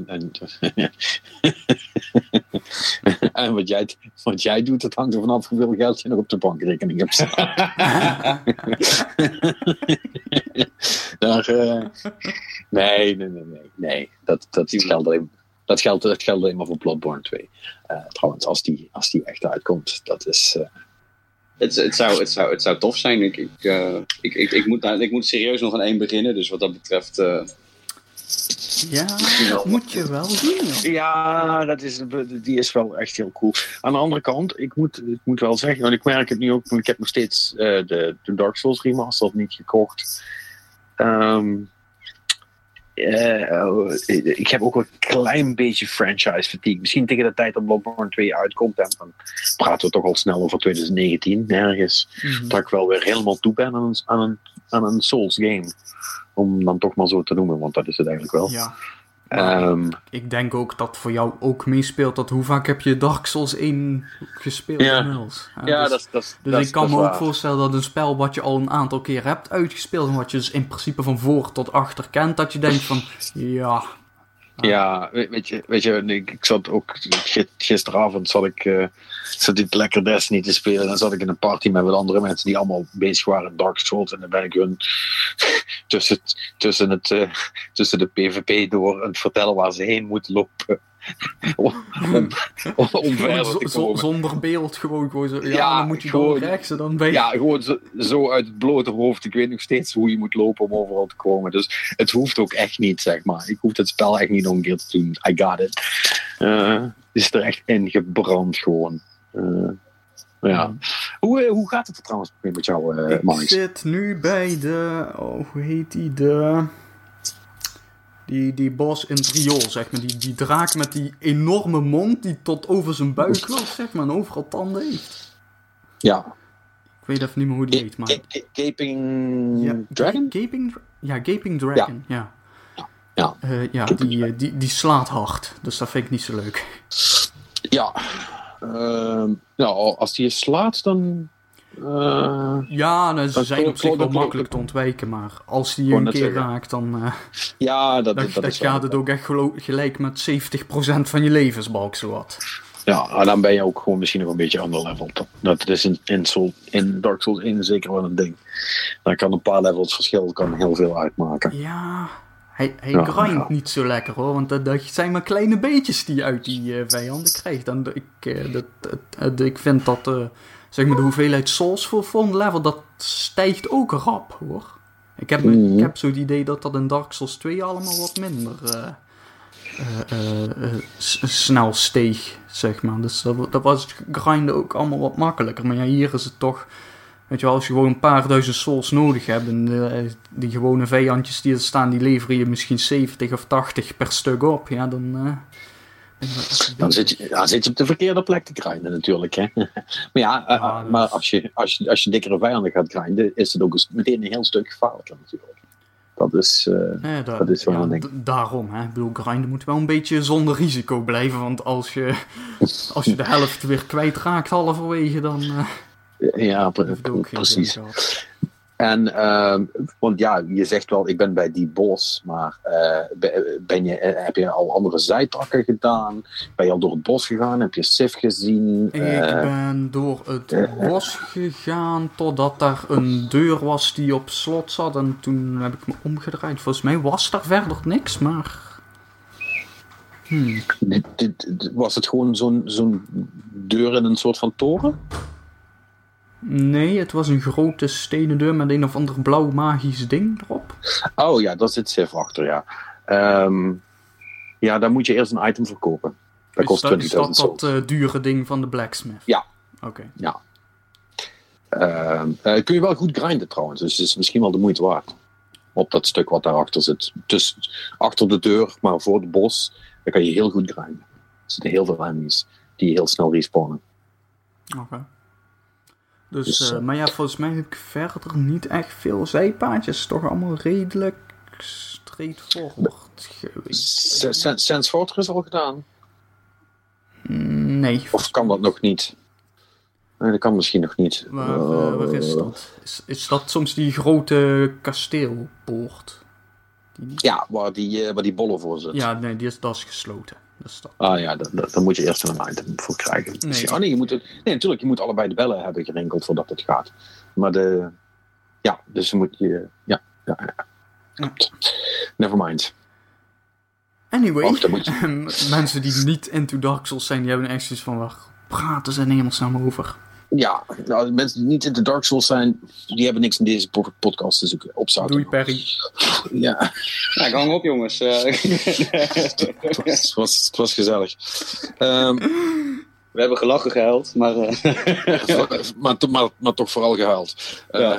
En wat jij doet, dat hangt er vanaf hoeveel geld je nog op de bankrekening hebt staan. Nee. Dat geldt alleen maar voor Bloodborne 2. Trouwens, als die echt uitkomt, dat is... Het zou tof zijn. Ik moet serieus nog aan 1 beginnen, dus wat dat betreft... Ja, dat moet je wel doen. Ja, die is wel echt heel cool. Aan de andere kant, ik moet wel zeggen, want ik merk het nu ook, want ik heb nog steeds de Dark Souls remaster niet gekocht. Ik heb ook wel een klein beetje franchise fatigue. Misschien tegen de tijd dat Bloodborne 2 uitkomt, en dan praten we toch al snel over 2019 ergens. Mm-hmm. Dat ik wel weer helemaal toe ben aan een Souls game. Om dan toch maar zo te noemen, want dat is het eigenlijk wel. Ja. Ik denk ook dat voor jou ook meespeelt dat hoe vaak heb je Dark Souls 1 gespeeld inmiddels. Dus ik kan me ook voorstellen dat een spel wat je al een aantal keer hebt uitgespeeld en wat je dus in principe van voor tot achter kent, dat je denkt van ja, weet je, ik zat ook gisteravond zat ik lekker Destiny te spelen en dan zat ik in een party met wat andere mensen die allemaal bezig waren in Dark Souls en dan ben ik hun tussen de PvP door en vertellen waar ze heen moeten lopen. om verder te komen. Zonder beeld gewoon zo. Ja, dan moet je gewoon rechts en dan ben je... Ja, gewoon zo uit het blote hoofd. Ik weet nog steeds hoe je moet lopen om overal te komen. Dus het hoeft ook echt niet, zeg maar. Ik hoef het spel echt niet nog een keer te doen. I got it. Het is er echt ingebrand gewoon. Ja. Hoe gaat het er trouwens met jou, Mark? Ik zit nu bij de... hoe heet die? Die boss in het riool, zeg maar. Die draak met die enorme mond die tot over zijn buik loopt, zeg maar. En overal tanden heeft. Ja. Ik weet even niet meer hoe die heet, maar... Gaping Dragon? Gaping Dragon, ja. Die slaat hard. Dus dat vind ik niet zo leuk. Ja. Als die je slaat, dan... ze zijn op zich wel makkelijk te ontwijken, maar als die je een keer raakt, dan dat gaat het ook echt gelijk met 70% van je levensbalk, zowat. Ja, dan ben je ook gewoon misschien nog een beetje underleveled. Dat is in Dark Souls 1 zeker wel een ding. Dan kan een paar levels verschil heel veel uitmaken. Ja, hij grindt niet zo lekker hoor, want dat zijn maar kleine beetjes die je uit die vijanden krijgt. En ik vind dat... zeg maar de hoeveelheid souls voor volgende level, dat stijgt ook rap, hoor. Ik heb zo het idee dat in Dark Souls 2 allemaal wat minder snel steeg, zeg maar. Dus dat was het grinden ook allemaal wat makkelijker. Maar ja, hier is het toch... Weet je wel, als je gewoon een paar duizend souls nodig hebt... en die gewone vijandjes die er staan, die leveren je misschien 70 of 80 per stuk op. Ja, dan... Dan zit je op de verkeerde plek te grinden natuurlijk. Hè? Maar als je dikkere vijanden gaat grinden, is het ook meteen een heel stuk gevaarlijker natuurlijk. Dat is wel een ding. Daarom, hè. Ik bedoel, grinden moet wel een beetje zonder risico blijven. Want als je de helft weer kwijtraakt halverwege, dan... precies. En, want ja, je zegt wel, ik ben bij die bos, maar heb je al andere zijtakken gedaan? Ben je al door het bos gegaan? Heb je Sif gezien? Ik ben door het bos gegaan totdat daar een deur was die op slot zat en toen heb ik me omgedraaid. Volgens mij was daar verder niks, maar... Was het gewoon zo'n deur in een soort van toren? Nee, het was een grote stenen deur met een of ander blauw magisch ding erop. Oh ja, daar zit Sif achter, ja. Dan moet je eerst een item verkopen. Dat kost 20.000 souls. Is dat dure ding van de blacksmith? Ja. Oké. Ja. Kun je wel goed grinden trouwens, dus het is misschien wel de moeite waard. op dat stuk wat daarachter zit. Dus achter de deur, maar voor de bos, daar kan je heel goed grinden. Er zitten heel veel enemies die heel snel respawnen. Oké. Dus, maar ja, volgens mij heb ik verder niet echt veel zijpaadjes. Toch allemaal redelijk straightforward geweest. Sense Fortress al gedaan? Nee. Of kan dat nog niet? Nee, dat kan misschien nog niet. Waar is dat? Is dat soms die grote kasteelpoort? Ja, waar die bollen voor zit. Ja, nee, dat is gesloten. Dat. Ah ja, daar moet je eerst een item voor krijgen. Nee. Natuurlijk, je moet allebei de bellen hebben gerinkeld voordat het gaat. Maar dus moet je... Ja. Never mind. Anyway, je... mensen die niet into Dark Souls zijn, die hebben echt zoiets van, waar praten ze in hemelsnaam over? Ja, nou, mensen die niet into Dark Souls zijn, die hebben niks in deze podcast te zoeken. Opzouten. Doei, Perry. Ja. Nou, ik hang op, jongens. Het was gezellig. We hebben gelachen, gehuild, maar... maar toch vooral gehuild. Ja.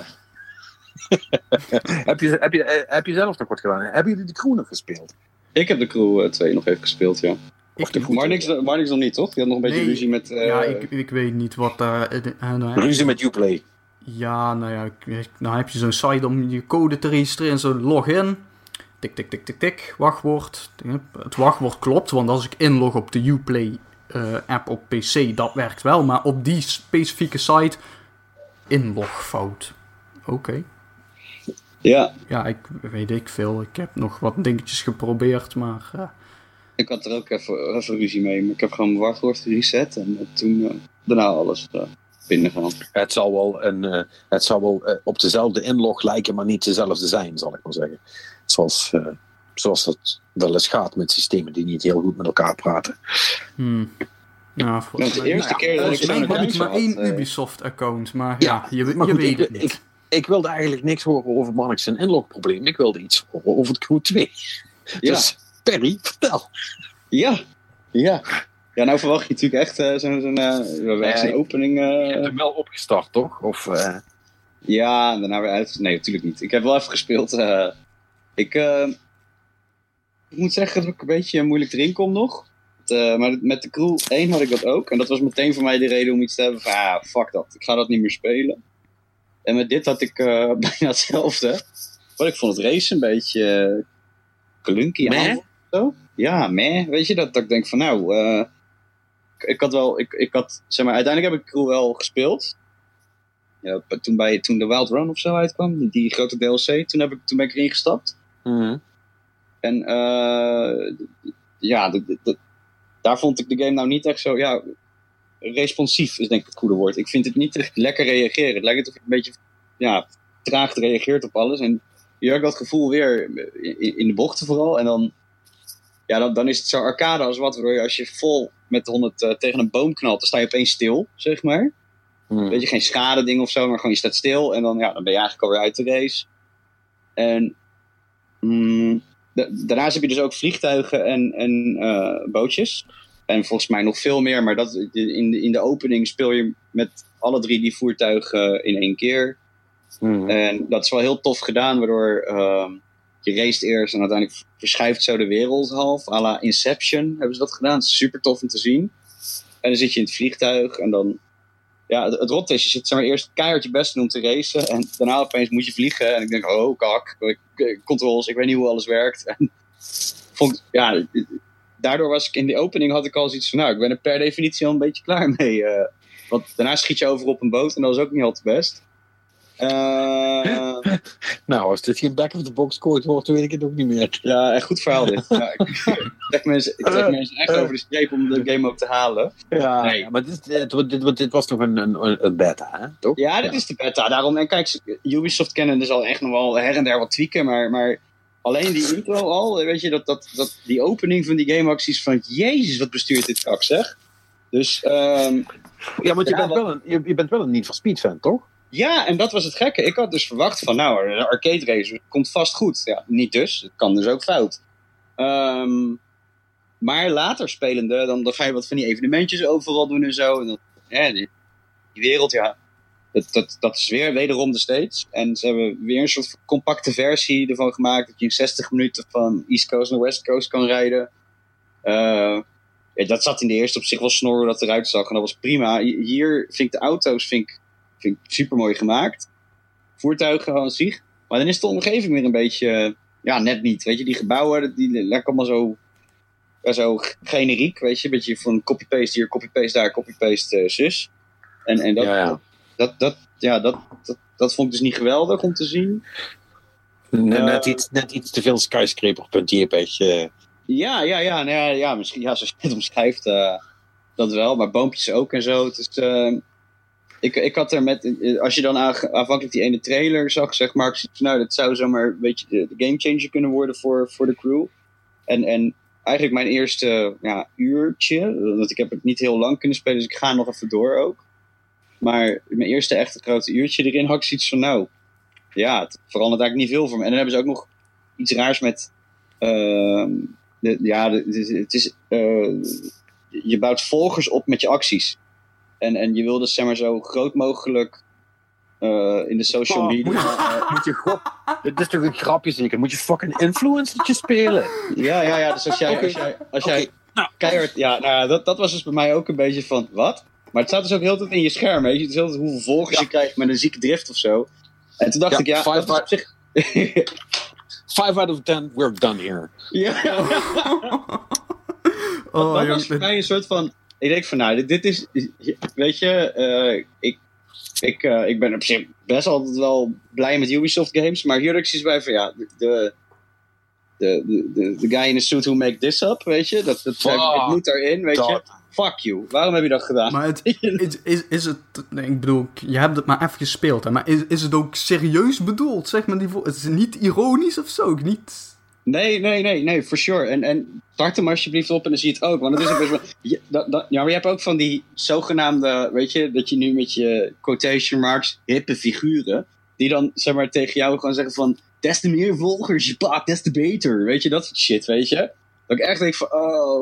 Heb je zelf nog wat gedaan? Hebben jullie de crew nog gespeeld? Ik heb de Crew 2 nog even gespeeld, ja. Marnix nog niet, toch? Die had nog een beetje ruzie met... Ja, ik weet niet wat daar... ruzie met Uplay. Ja, nou ja, dan heb je zo'n site om je code te registreren. Zo login. Tik, tik, tik, tik, tik. Wachtwoord. Het wachtwoord klopt, want als ik inlog op de Uplay app op PC, dat werkt wel. Maar op die specifieke site, inlogfout. Oké. Ja. Ja, weet veel. Ik heb nog wat dingetjes geprobeerd, maar... Ik had er ook even ruzie mee, maar ik heb gewoon mijn wachtwoord gereset en toen daarna alles binnengehaald. Het zal wel op dezelfde inlog lijken, maar niet dezelfde zijn, zal ik maar zeggen. Zoals dat wel eens gaat met systemen die niet heel goed met elkaar praten. Ja, de eerste keer dat ik zo'n heb ik maar één Ubisoft-account, maar ja, je weet het niet. Ik wilde eigenlijk niks horen over Marnix en inlogprobleem. Ik wilde iets horen over het Crew 2. Ja. Dus Perry, vertel. Ja, nou verwacht je natuurlijk echt zo'n opening... Je hebt hem wel opgestart, toch? Of, Ja, en daarna weer uit... Nee, natuurlijk niet. Ik heb wel even gespeeld. Ik moet zeggen dat ik een beetje moeilijk erin kom nog. Maar met de Crew 1 had ik dat ook. En dat was meteen voor mij de reden om iets te hebben van... fuck dat. Ik ga dat niet meer spelen. En met dit had ik bijna hetzelfde. Maar ik vond het race een beetje... klunky aan. Zo. Ja, weet je, dat ik denk van ik had zeg maar, uiteindelijk heb ik Crew wel gespeeld. Ja, toen de Wild Run of zo uitkwam, die grote DLC, toen ben ik erin gestapt. Mm-hmm. En daar vond ik de game nou niet echt zo, responsief is denk ik het goede woord. Ik vind het niet echt lekker reageren. Het lijkt alsof ik een beetje, traag reageert op alles. En je hebt dat gevoel weer in de bochten vooral. En dan is het zo arcade als wat. Waardoor je als je vol met 100 tegen een boom knalt, dan sta je opeens stil, zeg maar. Weet je, geen schade ding of zo, maar gewoon je staat stil. En dan ben je eigenlijk alweer uit de race. En daarnaast heb je dus ook vliegtuigen en bootjes. En volgens mij nog veel meer. Maar in de opening speel je met alle 3 die voertuigen in 1 keer. En dat is wel heel tof gedaan, waardoor je race eerst en uiteindelijk verschuift zo de wereld half. À la Inception hebben ze dat gedaan. Het is super tof om te zien. En dan zit je in het vliegtuig en dan... Ja, het rot is, je zit zeg maar, eerst keihard je best te doen om te racen. En daarna opeens moet je vliegen. En ik denk, oh kak, controls, ik weet niet hoe alles werkt. En daardoor was ik in die opening had ik al zoiets van, ik ben er per definitie al een beetje klaar mee. Want daarna schiet je over op een boot en dat was ook niet al te best. Nou, als dit geen back-of-the-box quote wordt, weet ik het ook niet meer. Ja, echt goed verhaal dit. Ja, ik trek mensen echt over de streep om de game ook te halen. Ja, nee. Ja, maar dit was toch een beta, hè? Toch? Ja, dit is de beta. Daarom, en kijk, Ubisoft kennen dus al echt nog wel her en der wat tweaken, maar alleen die intro al, weet je, dat die opening van die gameacties van, jezus, wat bestuurt dit kak, zeg. Dus, ja, want je bent wel een Need for Speed fan, toch? Ja, en dat was het gekke. Ik had dus verwacht van, een arcade race komt vast goed. Ja, niet dus. Het kan dus ook fout. Maar later spelende, dan ga je wat van die evenementjes overal doen en zo. En dan, die wereld, Dat is weer wederom de States. En ze hebben weer een soort compacte versie ervan gemaakt. Dat je in 60 minuten van East Coast naar West Coast kan rijden. Dat zat in de eerste op zich wel snor hoe dat eruit zag. En dat was prima. Hier vind ik de auto's vind ik super mooi gemaakt. Voertuigen aan zich. Maar dan is de omgeving weer een beetje... net niet. Weet je, die gebouwen, die lijken allemaal zo generiek. Weet je, een beetje van copy-paste hier, copy-paste daar, copy-paste zus. En dat vond ik dus niet geweldig om te zien. Net iets te veel skyscraper.jpg. Ja, misschien, zoals je het omschrijft, dat wel. Maar boompjes ook en zo. Dus, ik had er als je dan aanvankelijk die ene trailer zag, zeg maar, ik zie van, dat zou zomaar een beetje de gamechanger kunnen worden voor de crew. En eigenlijk mijn eerste uurtje, want ik heb het niet heel lang kunnen spelen, dus ik ga nog even door ook. Maar mijn eerste echte grote uurtje erin had ik zoiets van, het verandert eigenlijk niet veel voor me. En dan hebben ze ook nog iets raars met, je bouwt volgers op met je acties. En je wil dus zeg maar zo groot mogelijk in de social media... Moet je dit is toch een grapje zeker? Moet je fucking influencertje spelen? Ja. Dus als jij keihard... Ja, dat was dus bij mij ook een beetje van... Wat? Maar het staat dus ook heel tijd in je scherm. Weet je? Het is heel tijd hoeveel volgers je krijgt met een zieke drift of zo. En toen dacht ik, dat is op zich... 5 out of 10, we're done here. Ja. Dat was voor mij een soort van... Ik denk van, dit is... Weet je, ik ben op zich best altijd wel blij met Ubisoft games. Maar hier had ik zoiets bij van, de guy in the suit who make this up, weet je. Het moet erin, weet je. Fuck you. Waarom heb je dat gedaan? Maar is het... Nee, ik bedoel, je hebt het maar even gespeeld, hè. Maar is het ook serieus bedoeld, zeg maar? Het is niet ironisch of zo? Niet... Nee, for sure. En start hem alsjeblieft op en dan zie je het ook. Want het is ook best wel... maar je hebt ook van die zogenaamde... Weet je, dat je nu met je quotation marks... hippe figuren... die dan, zeg maar, tegen jou gewoon zeggen van... des te meer volgers je pakt, des te beter. Weet je, dat soort shit, weet je. Dat ik echt denk van...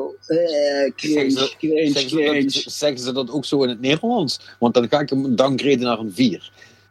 cringe. Zeggen ze dat ook zo in het Nederlands? Want dan ga ik hem downgraden naar een 4.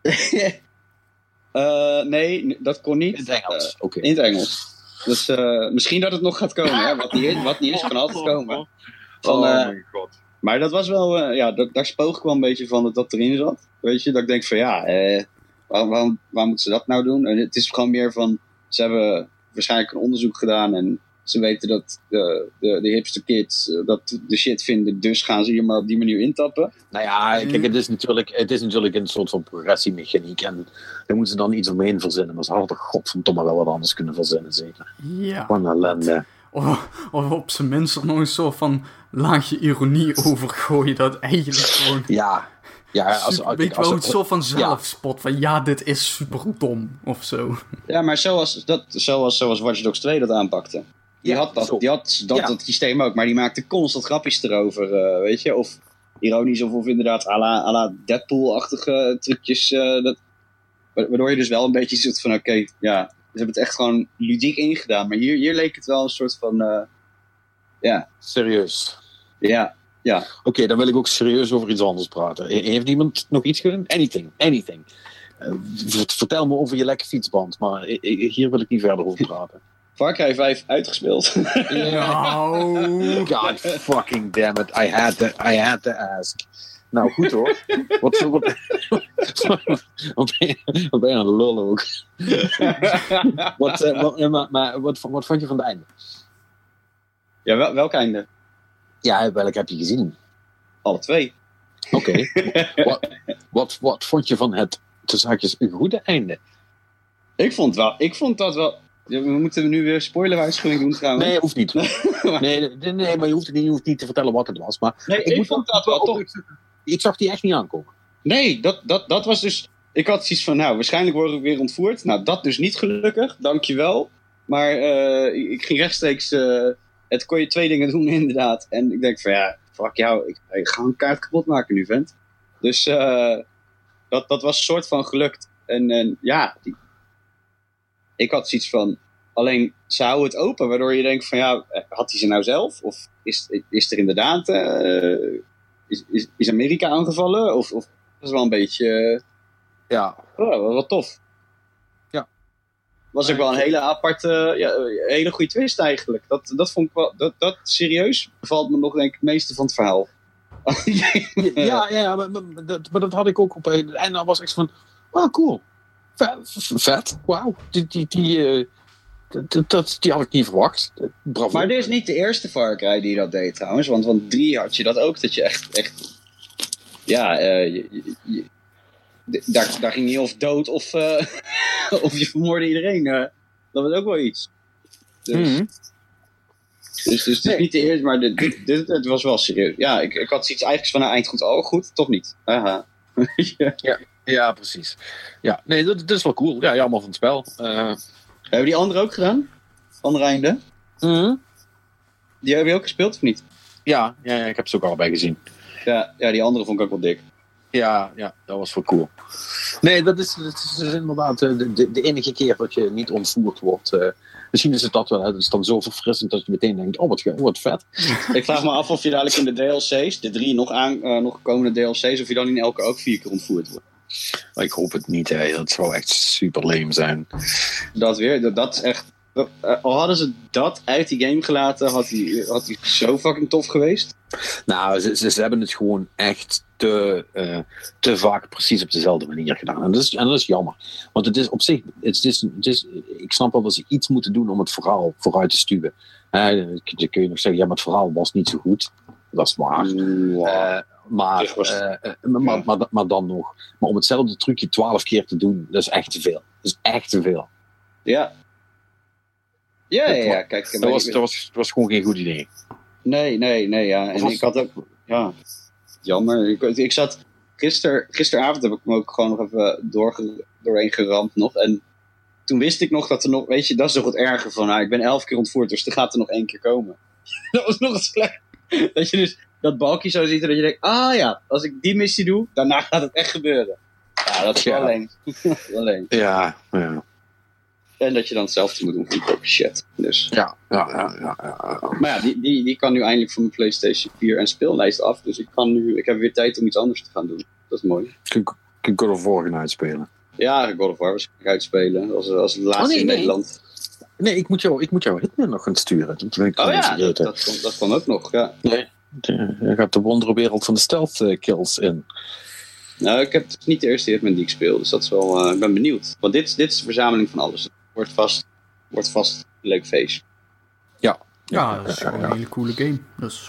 Nee, dat kon niet. In het Engels, oké. In het Engels. Dus misschien dat het nog gaat komen. Hè? Wat niet is, kan altijd komen. Mijn god. Maar dat was wel... daar spoog ik wel een beetje van dat erin zat. Weet je, dat ik denk van waarom moeten ze dat nou doen? En het is gewoon meer van... Ze hebben waarschijnlijk een onderzoek gedaan en ze weten dat de hipste kids dat de shit vinden, dus gaan ze hier maar op die manier intappen. Nou ja, kijk, het is natuurlijk een soort van progressiemechaniek en daar moeten ze dan iets omheen verzinnen. Maar ze hadden toch godverdomme wel wat anders kunnen verzinnen, zeker. Ja. Van ellende. Of op zijn minst er nog een soort van laagje ironie over gooien, dat eigenlijk gewoon... Ja, weet je wel, het soort van zelfspot van dit is super dom, of zo. Ja, maar zoals Watch Dogs 2 dat aanpakte. Die had dat systeem ook, maar die maakte constant grapjes erover, weet je. Of ironisch, of inderdaad à la Deadpool-achtige trucjes. Waardoor je dus wel een beetje zit van, oké, ze hebben het echt gewoon ludiek ingedaan. Maar hier leek het wel een soort van, Serieus. Ja. Oké, dan wil ik ook serieus over iets anders praten. Heeft iemand nog iets gedaan? Anything. Vertel me over je lekke fietsband, maar hier wil ik niet verder over praten. Far Cry 5 uitgespeeld. God fucking damn it. I had to ask. Nou, goed hoor. Wat ben je aan de lullen ook? Wat vond je van het einde? Ja, welk einde? Ja, welk heb je gezien? Alle 2. Oké. Wat vond je van het, tussen haakjes, een goede einde? Ik vond dat wel... We moeten nu weer spoilerwaarschuwing doen trouwens. Nee, hoeft niet. nee, maar je hoeft niet te vertellen wat het was. Maar nee, ik vond dat wel toch... Ik zag die echt niet aankomen. Nee, dat was dus... Ik had zoiets van, waarschijnlijk worden we weer ontvoerd. Nou, dat dus niet gelukkig, dankjewel. Maar ik ging rechtstreeks... het kon je 2 dingen doen, inderdaad. En ik denk van, fuck jou, ik ga een kaart kapot maken nu, vent. Dus dat was een soort van gelukt. En ik had zoiets van... Alleen, ze houden het open, waardoor je denkt van... had hij ze nou zelf? Of is er inderdaad... Is Amerika aangevallen? Of dat is wel een beetje... Ja. Oh, wat tof. Ja. Was ook wel een hele aparte, hele goede twist eigenlijk. Dat vond ik wel, dat serieus bevalt me nog denk ik het meeste van het verhaal. Ja, maar dat had ik ook op het einde. Dan was echt van, oh cool. Vet. Wauw. Die had ik niet verwacht. Bravo. Maar dit is niet de eerste Far Cry die dat deed trouwens. Want 3 had je dat ook. Dat je echt ja, daar ging je of dood of je vermoorde iedereen. Dat was ook wel iets. Dus het is niet de eerste, maar dit was wel serieus. Ja, ik had zoiets eigenlijk van eind goed. Oh, goed, toch niet. Aha. Ja, precies. Ja, nee, dat is wel cool. Ja, jammer van het spel. Hebben die anderen ook gedaan? Andere einde? Die hebben je ook gespeeld of niet? Ja, ik heb ze ook allebei gezien. Ja, die andere vond ik ook wel dik. Ja, dat was wel cool. Nee, dat is inderdaad de enige keer dat je niet ontvoerd wordt. Misschien is het dat wel. Het is dan zo verfrissend dat je meteen denkt, oh wat vet. Ik vraag me af of je dadelijk in de DLC's, de 3 nog komende DLC's, of je dan in elke ook 4 keer ontvoerd wordt. Ik hoop het niet, hè. Dat zou echt super lame zijn. Dat is echt... Al hadden ze dat uit die game gelaten, had die zo fucking tof geweest. Nou, ze hebben het gewoon echt te vaak precies op dezelfde manier gedaan. En dat is jammer. Want het is op zich... ik snap wel dat ze iets moeten doen om het verhaal vooruit te stuwen. Dan kun je nog zeggen, ja, maar het verhaal was niet zo goed. Dat is waar. Maar dan nog. Maar om hetzelfde trucje 12 keer te doen, dat is echt te veel. Dat is echt te veel. Ja. Ja, kijk. Dat was gewoon geen goed idee. Nee, ja. En ik had ook... Ja, jammer. Ik zat... Gisteravond heb ik me ook gewoon nog even doorheen geramd nog. En toen wist ik nog dat er nog... Weet je, dat is nog het erge van... ik ben 11 keer ontvoerd, dus er gaat er nog 1 keer komen. Dat was nog het slecht. Dat je dus dat balkje zo ziet en dat je denkt... ja, als ik die missie doe, daarna gaat het echt gebeuren. Ja, dat is wel alleen. Ja. En dat je dan hetzelfde moet doen voor die shit. Dus. Ja. Maar ja, die kan nu eindelijk van mijn PlayStation 4 en speellijst af. Dus ik heb weer tijd om iets anders te gaan doen. Dat is mooi. Kun je God of War gaan uitspelen? Ja, God of War waarschijnlijk uitspelen. Als het laatste in Nederland. Nee, ik moet jou Hitman nog gaan sturen. Dat kan ook nog, ja. Nee, je gaat de wonderwereld van de stealth kills in. Nou, ik heb niet de eerste Hitman die ik speel. Dus dat is wel... ik ben benieuwd. Want dit is de verzameling van alles. Het wordt vast een leuk feest. Ja, dat is gewoon een hele coole game. Dus...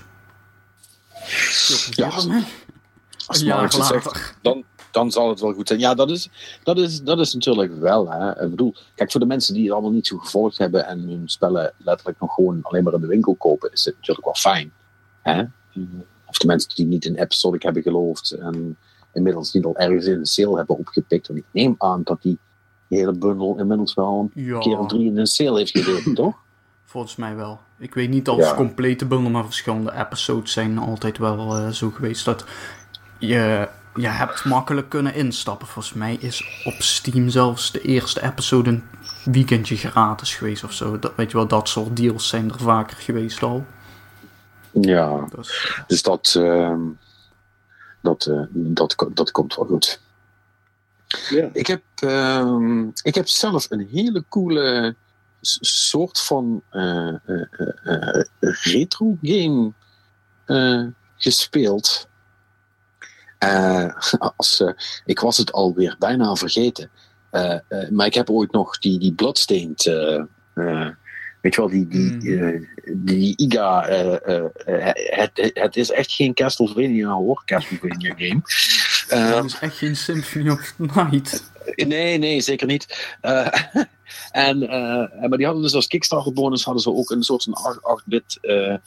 Als Mark het zegt, dan zal het wel goed zijn. Ja, dat is natuurlijk wel. Hè. Ik bedoel, kijk, voor de mensen die het allemaal niet zo gevolgd hebben en hun spellen letterlijk nog gewoon alleen maar in de winkel kopen, is het natuurlijk wel fijn. Hè? Of de mensen die niet in Episodic hebben geloofd en inmiddels niet al ergens in een sale hebben opgepikt. Want ik neem aan dat die hele bundel inmiddels wel een keer of 3 in een sale heeft gezeten, toch? Volgens mij wel. Ik weet niet of complete bundel, maar verschillende episodes zijn altijd wel zo geweest dat je hebt makkelijk kunnen instappen. Volgens mij is op Steam zelfs de eerste episode een weekendje gratis geweest of zo. Weet je wel, dat soort deals zijn er vaker geweest al. Ja, dus dat komt wel goed. Ja. Ik heb zelf een hele coole soort van retro game gespeeld. Ik was het alweer bijna vergeten. Maar ik heb ooit nog die Bloodstained... weet je wel, die IGA... het is echt geen Castlevania hoor, Castlevania game. Het is echt geen Symphony of Night. Nee, zeker niet. Maar die hadden dus als Kickstarter bonus hadden ze ook een soort van 8-bit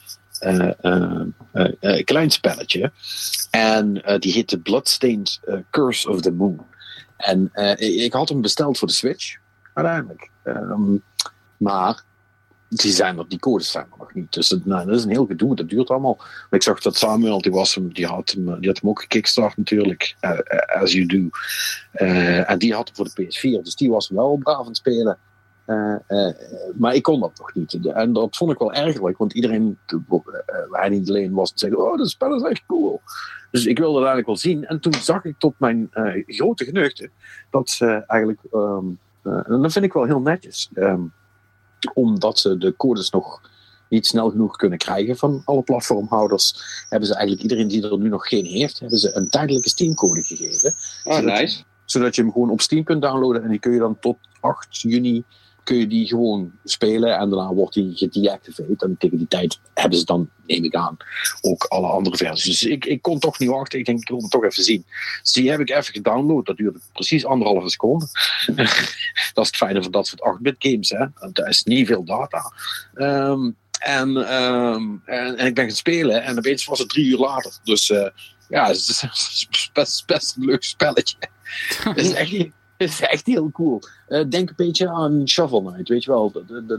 klein spelletje. En die heette Bloodstained Curse of the Moon. En ik had hem besteld voor de Switch, uiteindelijk. Maar die codes zijn er nog niet. Dus dat is een heel gedoe, dat duurt allemaal. Maar ik zag dat Samuel, die had hem ook gekickstart natuurlijk, as you do. En die had hem voor de PS4, dus die was wel braaf aan het spelen. Maar ik kon dat nog niet. En dat vond ik wel ergerlijk, want iedereen, hij niet alleen was, te zeggen, dat spel is echt cool. Dus ik wilde dat eigenlijk wel zien. En toen zag ik tot mijn grote geneugte dat ze eigenlijk, en dat vind ik wel heel netjes, omdat ze de codes nog niet snel genoeg kunnen krijgen van alle platformhouders, hebben ze eigenlijk iedereen die er nu nog geen heeft, hebben ze een tijdelijke Steam-code gegeven. Nice. Zodat je hem gewoon op Steam kunt downloaden en die kun je dan tot 8 juni kun je die gewoon spelen en daarna wordt die gedeactiveerd. En tegen die tijd hebben ze dan, neem ik aan, ook alle andere versies. Dus ik kon toch niet wachten. Ik denk, ik wil het toch even zien. Dus die heb ik even gedownload. Dat duurde precies 1,5 seconde. Dat is het fijne van dat soort 8-bit games. Hè? Dat is niet veel data. En ik ben gaan spelen en opeens was het 3 uur later. Dus het is best een leuk spelletje. Het is echt heel cool. Denk een beetje aan Shovel Knight, weet je wel.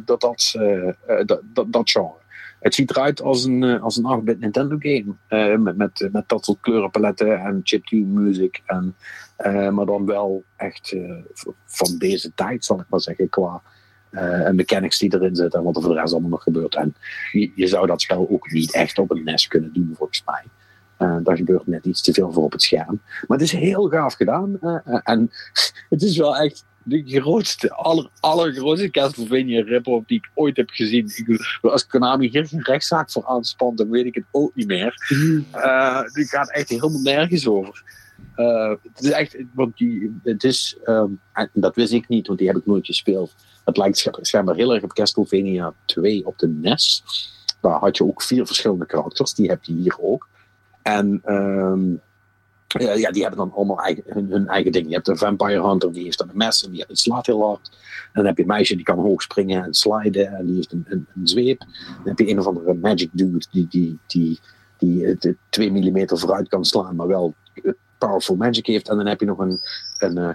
Dat genre. Het ziet eruit als een 8-bit Nintendo game. Met dat soort kleurenpaletten en chiptune music. Maar dan wel echt van deze tijd, zal ik maar zeggen, qua mechanics die erin zitten en wat er voor de rest allemaal nog gebeurt. En je zou dat spel ook niet echt op een NES kunnen doen, volgens mij. Daar gebeurt net iets te veel voor op het scherm. Maar het is heel gaaf gedaan. En het is wel echt de grootste, allergrootste Castlevania rip-off die ik ooit heb gezien. Als Konami hier geen rechtszaak voor aanspant, dan weet ik het ook niet meer. Die gaat echt helemaal nergens over. Het is echt, want en dat wist ik niet, want die heb ik nooit gespeeld. Het lijkt schijnbaar heel erg op Castlevania 2 op de NES. Daar had je ook 4 verschillende karakters, die heb je hier ook. En die hebben dan allemaal hun eigen ding. Je hebt een Vampire Hunter, die heeft dan een mes en die slaat heel hard. En dan heb je een meisje die kan hoog springen en sliden en die heeft een zweep. Dan heb je een of andere magic dude die 2 mm vooruit kan slaan, maar wel powerful magic heeft. En dan heb je nog een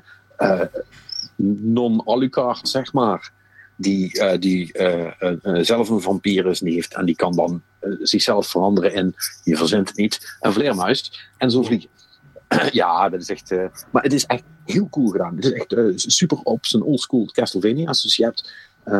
non-Alucard, zeg maar, die zelf een vampier is en die heeft. En die kan dan zichzelf veranderen in, je verzint het niet, een vleermuis. En zo vliegen. Ja, dat is echt. Maar het is echt heel cool gedaan. Het is echt super op zijn oldschool Castlevania's. Dus je hebt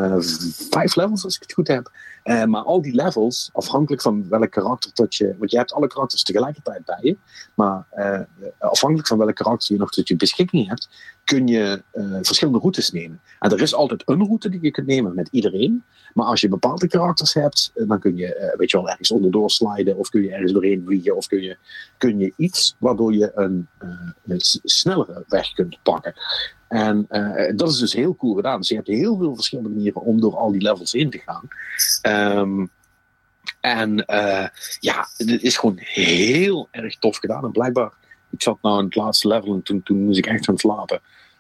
5 levels, als ik het goed heb. Maar al die levels, afhankelijk van welk karakter dat je. Want je hebt alle karakters tegelijkertijd bij je. Maar afhankelijk van welk karakter je nog tot je beschikking hebt, kun je verschillende routes nemen. En er is altijd een route die je kunt nemen met iedereen. Maar als je bepaalde karakters hebt, dan kun je, weet je wel, ergens onderdoor sliden. Of kun je ergens doorheen vliegen. Of kun je iets waardoor je een snellere weg kunt pakken. En dat is dus heel cool gedaan. Dus je hebt heel veel verschillende manieren om door al die levels heen te gaan. Het is gewoon heel erg tof gedaan. En blijkbaar, ik zat nou in het laatste level en toen moest ik echt gaan slapen.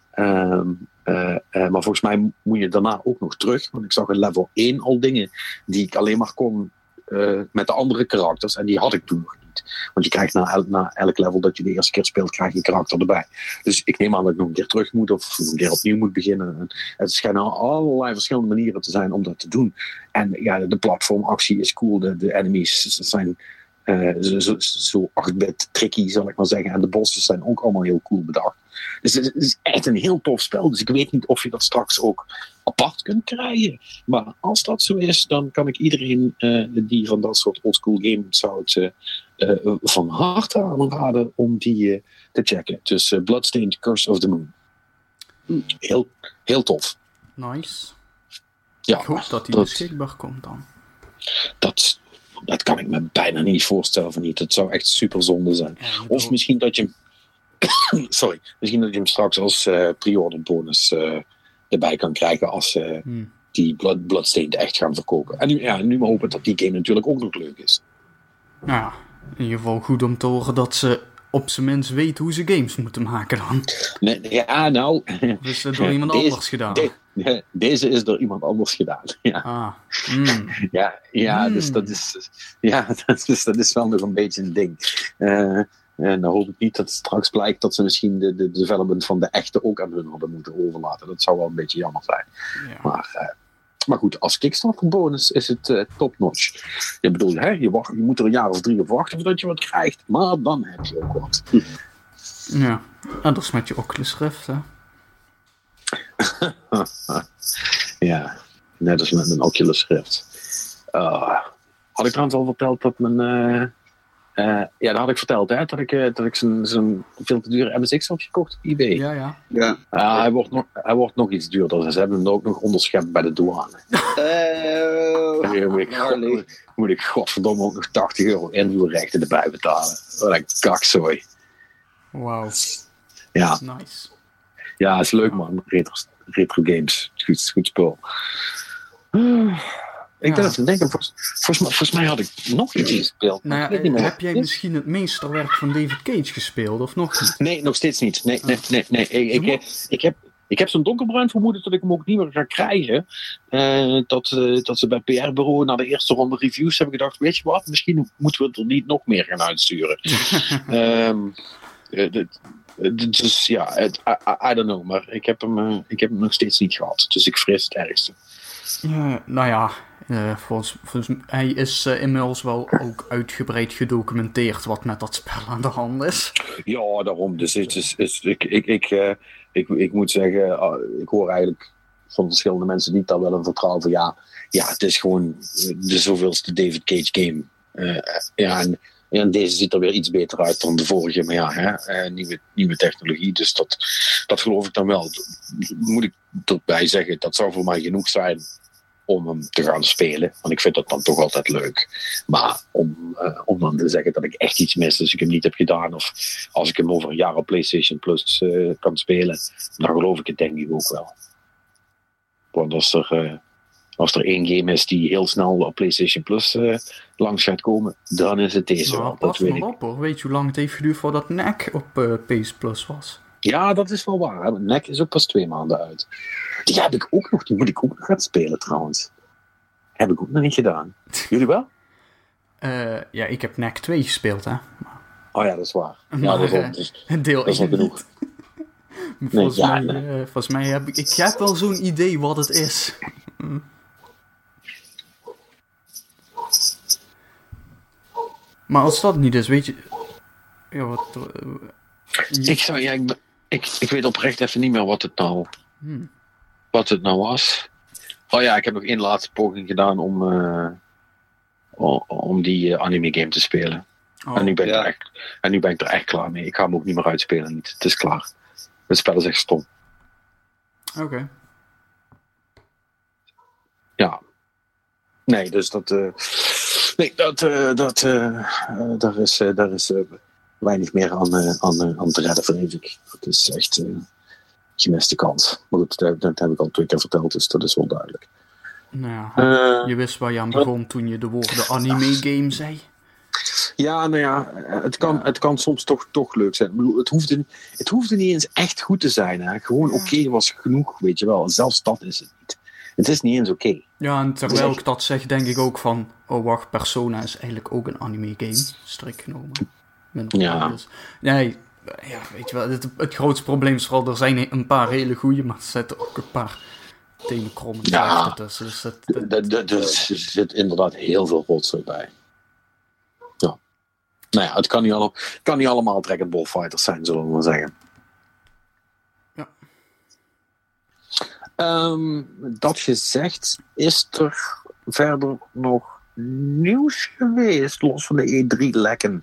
Maar volgens mij moet je daarna ook nog terug. Want ik zag in level 1 al dingen die ik alleen maar kon met de andere karakters. En die had ik toen nog niet. Want je krijgt na elk level dat je de eerste keer speelt, krijg je een karakter erbij. Dus ik neem aan dat ik nog een keer terug moet of nog een keer opnieuw moet beginnen. En het schijnen allerlei verschillende manieren te zijn om dat te doen. En ja, de platformactie is cool. De enemies zijn zo 8-bit tricky, zal ik maar zeggen. En de bosses zijn ook allemaal heel cool bedacht. Dus het is echt een heel tof spel. Dus ik weet niet of je dat straks ook apart kunt krijgen. Maar als dat zo is, dan kan ik iedereen die van dat soort oldschool games houdt van harte aanraden om die te checken. Dus Bloodstained Curse of the Moon. Heel, heel tof. Nice. Ja, ik hoop dat die beschikbaar komt dan. Dat kan ik me bijna niet voorstellen van niet. Dat zou echt super zonde zijn. Ja, of misschien dat je misschien dat je hem straks als pre-order bonus erbij kan krijgen als ze die Bloodstained echt gaan verkopen. En nu maar hopen dat die game natuurlijk ook nog leuk is. Ja, in ieder geval goed om te horen dat ze op zijn minst weten hoe ze games moeten maken dan. Nee, ja, nou. Of is het door iemand anders gedaan? Deze is door iemand anders gedaan. Ja. Dus dat is wel nog een beetje een ding. En dan hoop ik niet dat het straks blijkt dat ze misschien de development van de echte ook aan hun hadden moeten overlaten. Dat zou wel een beetje jammer zijn. Ja. Maar goed, als Kickstarter bonus is het top-notch. Je bedoelt, je moet er een jaar of 3 op wachten voordat je wat krijgt. Maar dan heb je ook wat. Ja, en dat is met je Oculus Rift, hè? Ja, net als met mijn Oculus Rift. Had ik trouwens al verteld dat mijn... ja, dat had ik verteld, hè? Dat ik zo'n veel te dure MSX had gekocht op eBay. Ja. Hij wordt nog iets duurder. Ze hebben hem ook nog onderschept bij de douane. Moet ik godverdomme ook nog €80 invoerrechten erbij betalen. Wat een kakzooi. Wauw. Ja. Nice. Ja, is leuk man. Retro games. Goed spul. Ik ben even denken, volgens mij had ik nog iets gespeeld. Nou ja, heb jij misschien het meesterwerk van David Cage gespeeld, of nog niet? Nee, nog steeds niet. Nee. Ik heb zo'n donkerbruin vermoeden dat ik hem ook niet meer ga krijgen. Dat ze bij PR-bureau na de eerste ronde reviews hebben gedacht, weet je wat, misschien moeten we het er niet nog meer gaan uitsturen. Dus ja, I don't know, maar ik heb hem nog steeds niet gehad. Dus ik vrees het ergste. Nou ja, hij is inmiddels wel ook uitgebreid gedocumenteerd wat met dat spel aan de hand is. Ja, daarom. Dus ik moet zeggen, ik hoor eigenlijk van verschillende mensen die daar wel een vertrouwen van ja, het is gewoon de zoveelste David Cage game. En deze ziet er weer iets beter uit dan de vorige, maar ja, nieuwe technologie, dus dat geloof ik dan wel. Moet ik erbij zeggen, dat zou voor mij genoeg zijn om hem te gaan spelen, want ik vind dat dan toch altijd leuk. Maar om dan te zeggen dat ik echt iets mis, dus ik hem niet heb gedaan, of als ik hem over een jaar op PlayStation Plus kan spelen, dan geloof ik het denk ik ook wel. Want als er één game is die heel snel op PlayStation Plus langs gaat komen, dan is het deze wel. Pas maar op hoor, weet je hoe lang het heeft geduurd voordat NEC op PS Plus was? Ja, dat is wel waar. NEC is ook pas 2 maanden uit. Die heb ik ook nog, die moet ik ook nog gaan spelen trouwens. Heb ik ook nog niet gedaan. Jullie wel? Ja, ik heb NEC 2 gespeeld, hè. Oh ja, dat is waar. Maar, ja, dat is deel dat is wel genoeg. Volgens mij heb ik heb wel zo'n idee wat het is. Maar als dat niet is, weet je... Ja, wat... Ik weet oprecht even niet meer wat het nou was. Oh ja, ik heb nog één laatste poging gedaan om die anime game te spelen. Oh, en nu ben ik er echt klaar mee. Ik ga hem ook niet meer uitspelen. Niet. Het is klaar. Het spel is echt stom. Oké. Ja. Nee, dus daar is weinig meer aan te redden, vrees ik. Dat is echt gemiste kans. Maar goed, dat heb ik al 2 keer verteld, dus dat is wel duidelijk. Nou ja, je wist waar je aan begon toen je de woorden anime game zei. Ja, nou ja, het kan soms toch leuk zijn. Ik bedoel, het hoefde niet eens echt goed te zijn. Hè. Gewoon oké was genoeg, weet je wel. Zelfs dat is het niet. Het is niet eens oké. Ja, en terwijl ik dat zeg, denk ik ook van... Oh, wacht, Persona is eigenlijk ook een anime game. Strikt genomen. Ja. Dus, nee, ja, weet je wel. Het grootste probleem is vooral... Er zijn een paar hele goede, maar er zitten ook een paar tenenkrommende tussen. Dus er zit inderdaad heel veel rotzooi bij. Ja. Nou ja, het kan niet allemaal Dragon Ball Fighters zijn, zullen we maar zeggen. Ja. Dat gezegd, is er verder nog nieuws geweest, los van de E3-lekken?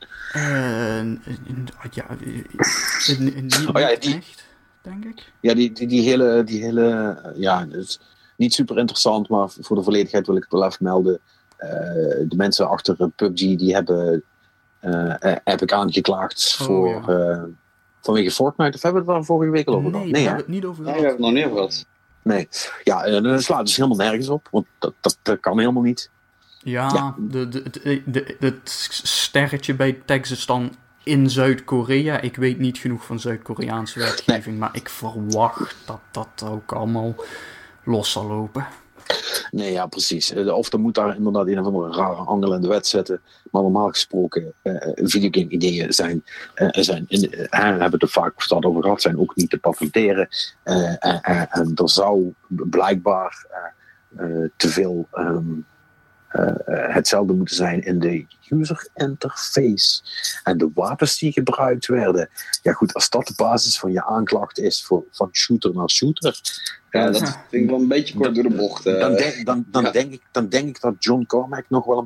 Niet echt, denk ik. Ja, die hele ja, dus niet super interessant, maar voor de volledigheid wil ik het wel even melden. De mensen achter PUBG, die heb ik aangeklaagd vanwege Fortnite. Of hebben we het daar vorige week al over gehad? Nee, we hebben het niet over gehad. Nee, we hebben het nog niet over gehad. Nee. Ja, dat slaat dus helemaal nergens op, want dat kan helemaal niet. Ja. Het sterretje bij Texas dan in Zuid-Korea. Ik weet niet genoeg van Zuid-Koreaanse wetgeving, maar ik verwacht dat dat ook allemaal los zal lopen. Nee, ja, precies. Of er moet daar inderdaad een of andere rare angel in de wet zetten. Maar normaal gesproken, videogame-ideeën zijn hebben er vaak verstand over gehad, zijn ook niet te patenteren. En er zou blijkbaar te veel hetzelfde moeten zijn in de user interface. En de wapens die gebruikt werden. Ja goed, als dat de basis van je aanklacht is van shooter naar shooter. Ja, dat vind ik wel een beetje kort door de bocht. Dan denk ik dat John Carmack nog wel een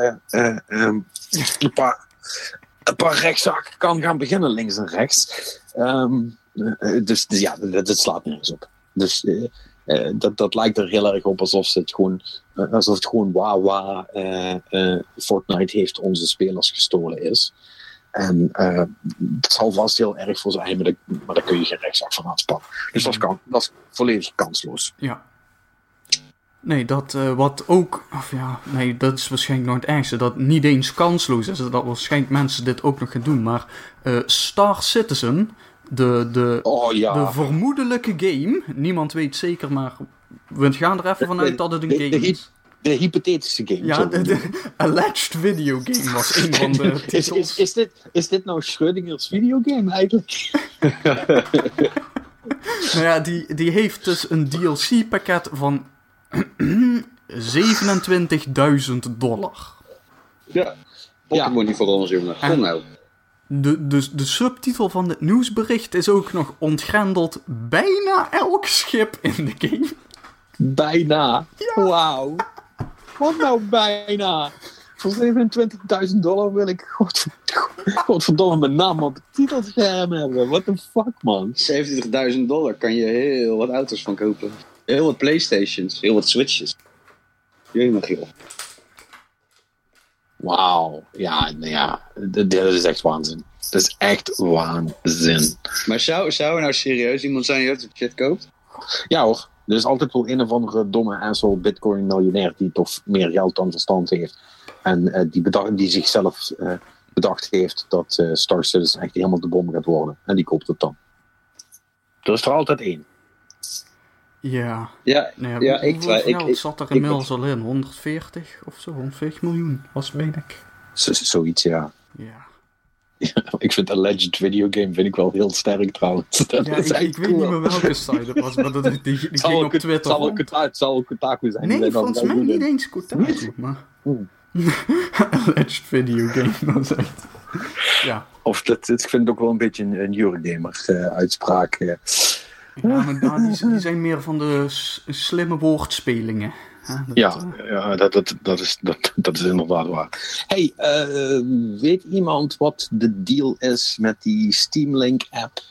paar rechtszaken kan gaan beginnen, links en rechts. Dus ja, dat slaat nergens op. Dus dat lijkt er heel erg op alsof het gewoon Fortnite heeft onze spelers gestolen is. En dat zal vast heel erg voor zijn, maar daar kun je geen rechtszaak van aanspannen. Dus dat is volledig kansloos. Ja. Nee, dat dat is waarschijnlijk nog het ergste. Dat niet eens kansloos is. Dat waarschijnlijk mensen dit ook nog gaan doen. Maar Star Citizen, de vermoedelijke game, niemand weet zeker, maar we gaan er even vanuit dat het een game is. De hypothetische game. Ja, de alleged videogame was een van de titels. Is dit nou Schrödinger's videogame eigenlijk? Nou ja, die heeft dus een DLC-pakket van $27.000. Ja, Pokémon voor ons, jongen. Kom nou. De subtitel van dit nieuwsbericht is ook nog ontgrendeld bijna elk schip in de game. Bijna? Ja. Wauw. Wat nou bijna? Voor $27.000 wil ik godverdomme mijn naam op het titelscherm hebben. What the fuck, man? $70.000 kan je heel wat auto's van kopen. Heel wat Playstations, heel wat Switches. Joh. Wauw. Ja, dit is echt waanzin. Dat is echt waanzin. Maar zou er nou serieus iemand zijn die dat shit koopt? Ja hoor. Er is altijd wel een of andere domme asshole bitcoin miljonair die toch meer geld dan verstand heeft. En die zichzelf bedacht heeft dat Star Citizen echt helemaal de bom gaat worden. En die koopt het dan. Er is er altijd één. Ja. Hoeveel geld zat er inmiddels al in? 140 of zo? 140 miljoen was weinig. Zoiets, ja. Ja. Ja, ik vind alleged videogame vind ik wel heel sterk trouwens. Ik weet niet meer welke site het was, maar die ging op Twitter. Het zal Kotaku zijn. Nee, volgens mij niet eens Kotaku, maar... alleged videogame, dat is echt... Ja. Of ik vind het ook wel een beetje een Eurogamer uitspraak. Ja, maar die zijn meer van de slimme woordspelingen. Dat is inderdaad waar. Hey, weet iemand wat de deal is met die Steam Link app?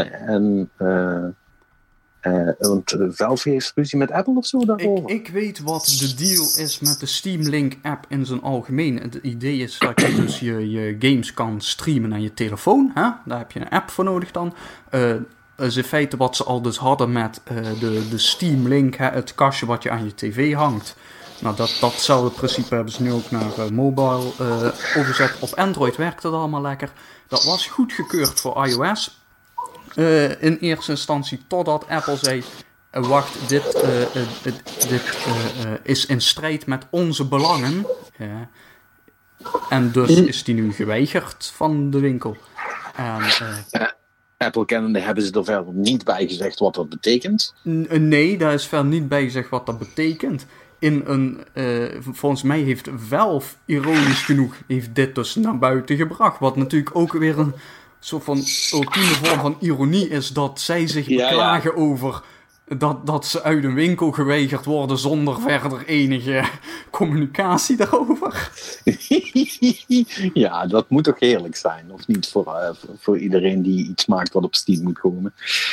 Want Valve heeft ruzie met Apple of zo daarover? Ik weet wat de deal is met de Steam Link app in zijn algemeen. Het idee is dat je dus je games kan streamen naar je telefoon. Hè? Daar heb je een app voor nodig dan. Is in feite wat ze al dus hadden met de Steam Link, hè, het kastje wat je aan je tv hangt. Nou, datzelfde principe hebben ze nu ook naar mobile overgezet. Op Android werkt het allemaal lekker. Dat was goedgekeurd voor iOS. In eerste instantie, totdat Apple zei... wacht, dit is in strijd met onze belangen. En dus is die nu geweigerd van de winkel. Apple kennende hebben ze er verder niet bij gezegd wat dat betekent. Nee, daar is verder niet bij gezegd wat dat betekent. Volgens mij heeft Valve, ironisch genoeg, heeft dit dus naar buiten gebracht. Wat natuurlijk ook weer een soort van ultieme vorm van ironie is, dat zij zich beklagen over dat ze uit een winkel geweigerd worden zonder verder enige communicatie daarover. Ja, dat moet toch heerlijk zijn, of niet voor iedereen die iets maakt wat op Steam moet komen.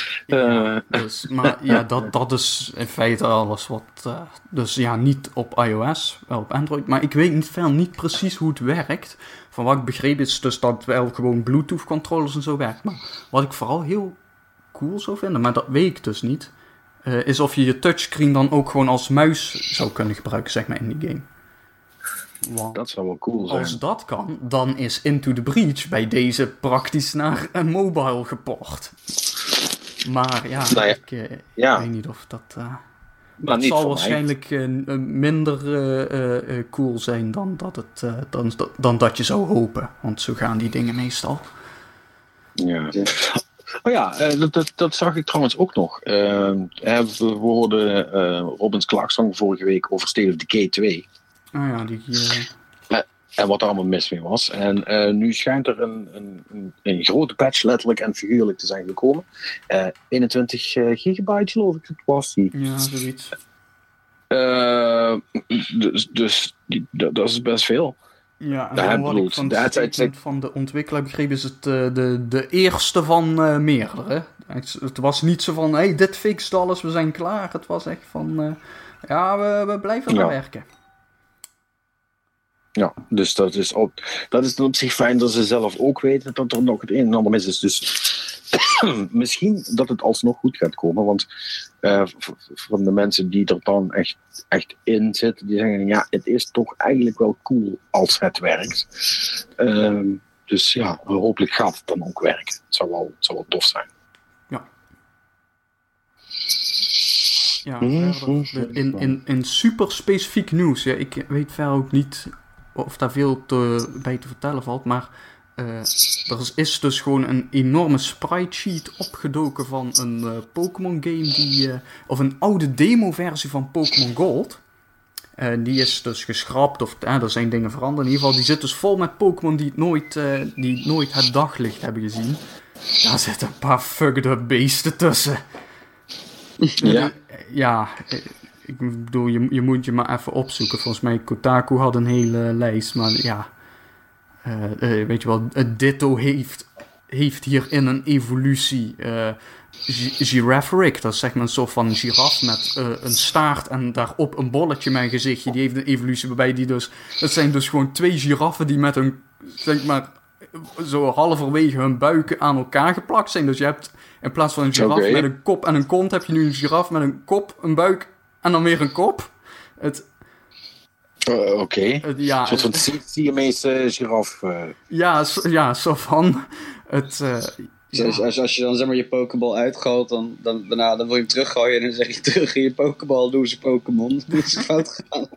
Dat is in feite alles wat... dus ja, niet op iOS, wel op Android. Maar ik weet niet precies hoe het werkt. Van wat ik begreep is dus dat wel gewoon Bluetooth controllers en zo werkt. Maar wat ik vooral heel cool zou vinden, maar dat weet ik dus niet... is of je touchscreen dan ook gewoon als muis zou kunnen gebruiken, zeg maar, in die game. Want dat zou wel cool zijn. Als dat kan, dan is Into the Breach bij deze praktisch naar een mobile geport. Maar ik weet niet of dat... dat zal waarschijnlijk minder cool zijn dan dat je zou hopen. Want zo gaan die dingen meestal. Ja. Oh ja, dat zag ik trouwens ook nog. We hoorden Robins klaagsang vorige week over State of Decay 2. Nou ja, die... En wat er allemaal mis mee was. En nu schijnt er een grote patch letterlijk en figuurlijk te zijn gekomen. 21 gigabyte geloof ik, dat was die. Ja, zoiets. Dus dat is best veel. Ja, en Ja, wat ik van het statement van de ontwikkelaar begreep, is het de eerste van meerdere. Het was niet zo van, hey, dit fixt alles, we zijn klaar. Het was echt van, we blijven aan werken. Ja, dus dat is dan op zich fijn dat ze zelf ook weten dat er nog het een en ander mis is. Dus misschien dat het alsnog goed gaat komen. Want van de mensen die er dan echt in zitten, die zeggen, ja, het is toch eigenlijk wel cool als het werkt. Dus ja, hopelijk gaat het dan ook werken. Het zou wel tof zijn. Ja, in super specifiek nieuws. Ja, ik weet verder ook niet of daar veel bij te vertellen valt, maar er is dus gewoon een enorme sprite sheet opgedoken van een Pokémon game of een oude demo-versie van Pokémon Gold. Die is dus geschrapt, of er zijn dingen veranderd. In ieder geval, die zit dus vol met Pokémon die nooit het daglicht hebben gezien. Daar zitten een paar fucked up beesten tussen. Ja. Ja, ik bedoel, je moet je maar even opzoeken. Volgens mij, Kotaku had een hele lijst, maar ja... weet je wel, Ditto heeft hierin een evolutie. Girafferick, dat is zeg maar een soort van giraf met een staart en daarop een bolletje met een gezichtje. Die heeft een evolutie waarbij die dus... Het zijn dus gewoon 2 giraffen die met een, zeg maar, zo halverwege hun buiken aan elkaar geplakt zijn. Dus je hebt in plaats van een giraf met een kop en een kont, heb je nu een giraf met een kop, een buik en dan weer een kop. Oké. Ja, een soort van Siamese giraf. Ja, zo van. Als je dan zeg maar je Pokéball uitgooit, dan daarna wil je hem teruggooien en dan zeg je terug in je Pokéball, doe ze Pokémon. Dat is fout gegaan.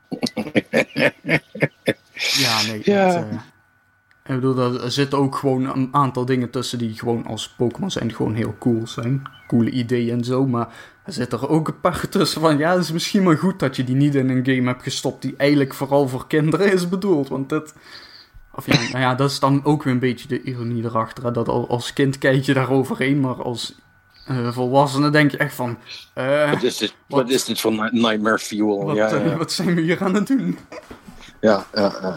Ja, nee. Ja. Ik bedoel, er zitten ook gewoon een aantal dingen tussen die gewoon als Pokémon zijn gewoon heel cool zijn. Coole ideeën en zo, maar er zitten er ook een paar tussen van, ja, het is misschien maar goed dat je die niet in een game hebt gestopt die eigenlijk vooral voor kinderen is bedoeld, want dat... Of ja, nou ja, dat is dan ook weer een beetje de ironie erachter, hè? Dat als kind kijk je daar overheen, maar als volwassene denk je echt van... Wat is dit voor nightmare fuel? Wat zijn we hier aan het doen? Ja.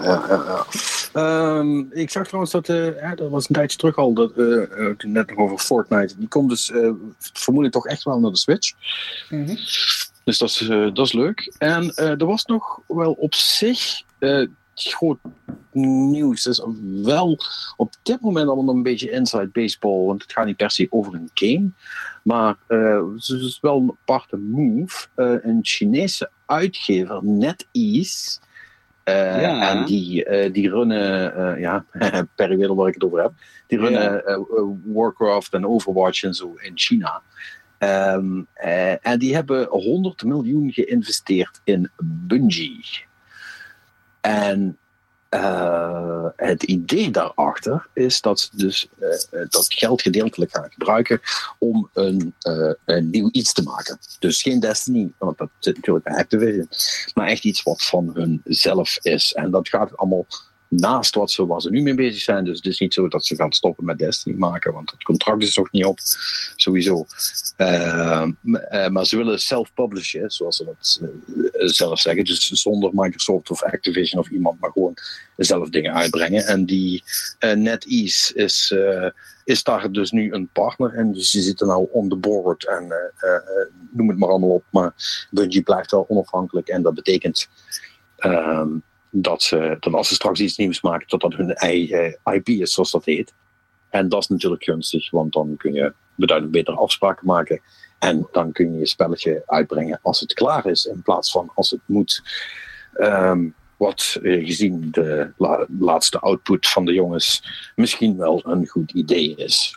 Ik zag trouwens dat was een tijdje terug al, toen net nog over Fortnite. Die komt dus vermoedelijk toch echt wel naar de Switch. Mm-hmm. Dus dat is leuk. En er was nog wel op zich groot nieuws. Dus wel op dit moment allemaal nog een beetje inside baseball, want het gaat niet per se over een game. Maar het is wel een aparte move. Een Chinese uitgever, NetEase... En die runnen, per wereld waar ik het over heb, die runnen Warcraft en Overwatch en zo in China. En die hebben 100 miljoen geïnvesteerd in Bungie. En het idee daarachter is dat ze dus dat geld gedeeltelijk gaan gebruiken om een nieuw iets te maken. Dus geen Destiny, want dat zit natuurlijk bij Activision, maar echt iets wat van hun zelf is. En dat gaat allemaal naast waar ze nu mee bezig zijn. Dus het is niet zo dat ze gaan stoppen met Destiny maken, want het contract is toch niet op, sowieso. Maar ze willen self-publishen, zoals ze dat zelf zeggen. Dus zonder Microsoft of Activision of iemand, maar gewoon zelf dingen uitbrengen. En die NetEase is daar dus nu een partner. En dus die zitten nou on the board en noem het maar allemaal op. Maar Bungie blijft wel onafhankelijk. En dat betekent... dat als ze straks iets nieuws maken, dat hun eigen IP is, zoals dat heet. En dat is natuurlijk gunstig, want dan kun je beduidend betere afspraken maken. En dan kun je je spelletje uitbrengen als het klaar is, in plaats van als het moet. Wat gezien de laatste output van de jongens misschien wel een goed idee is.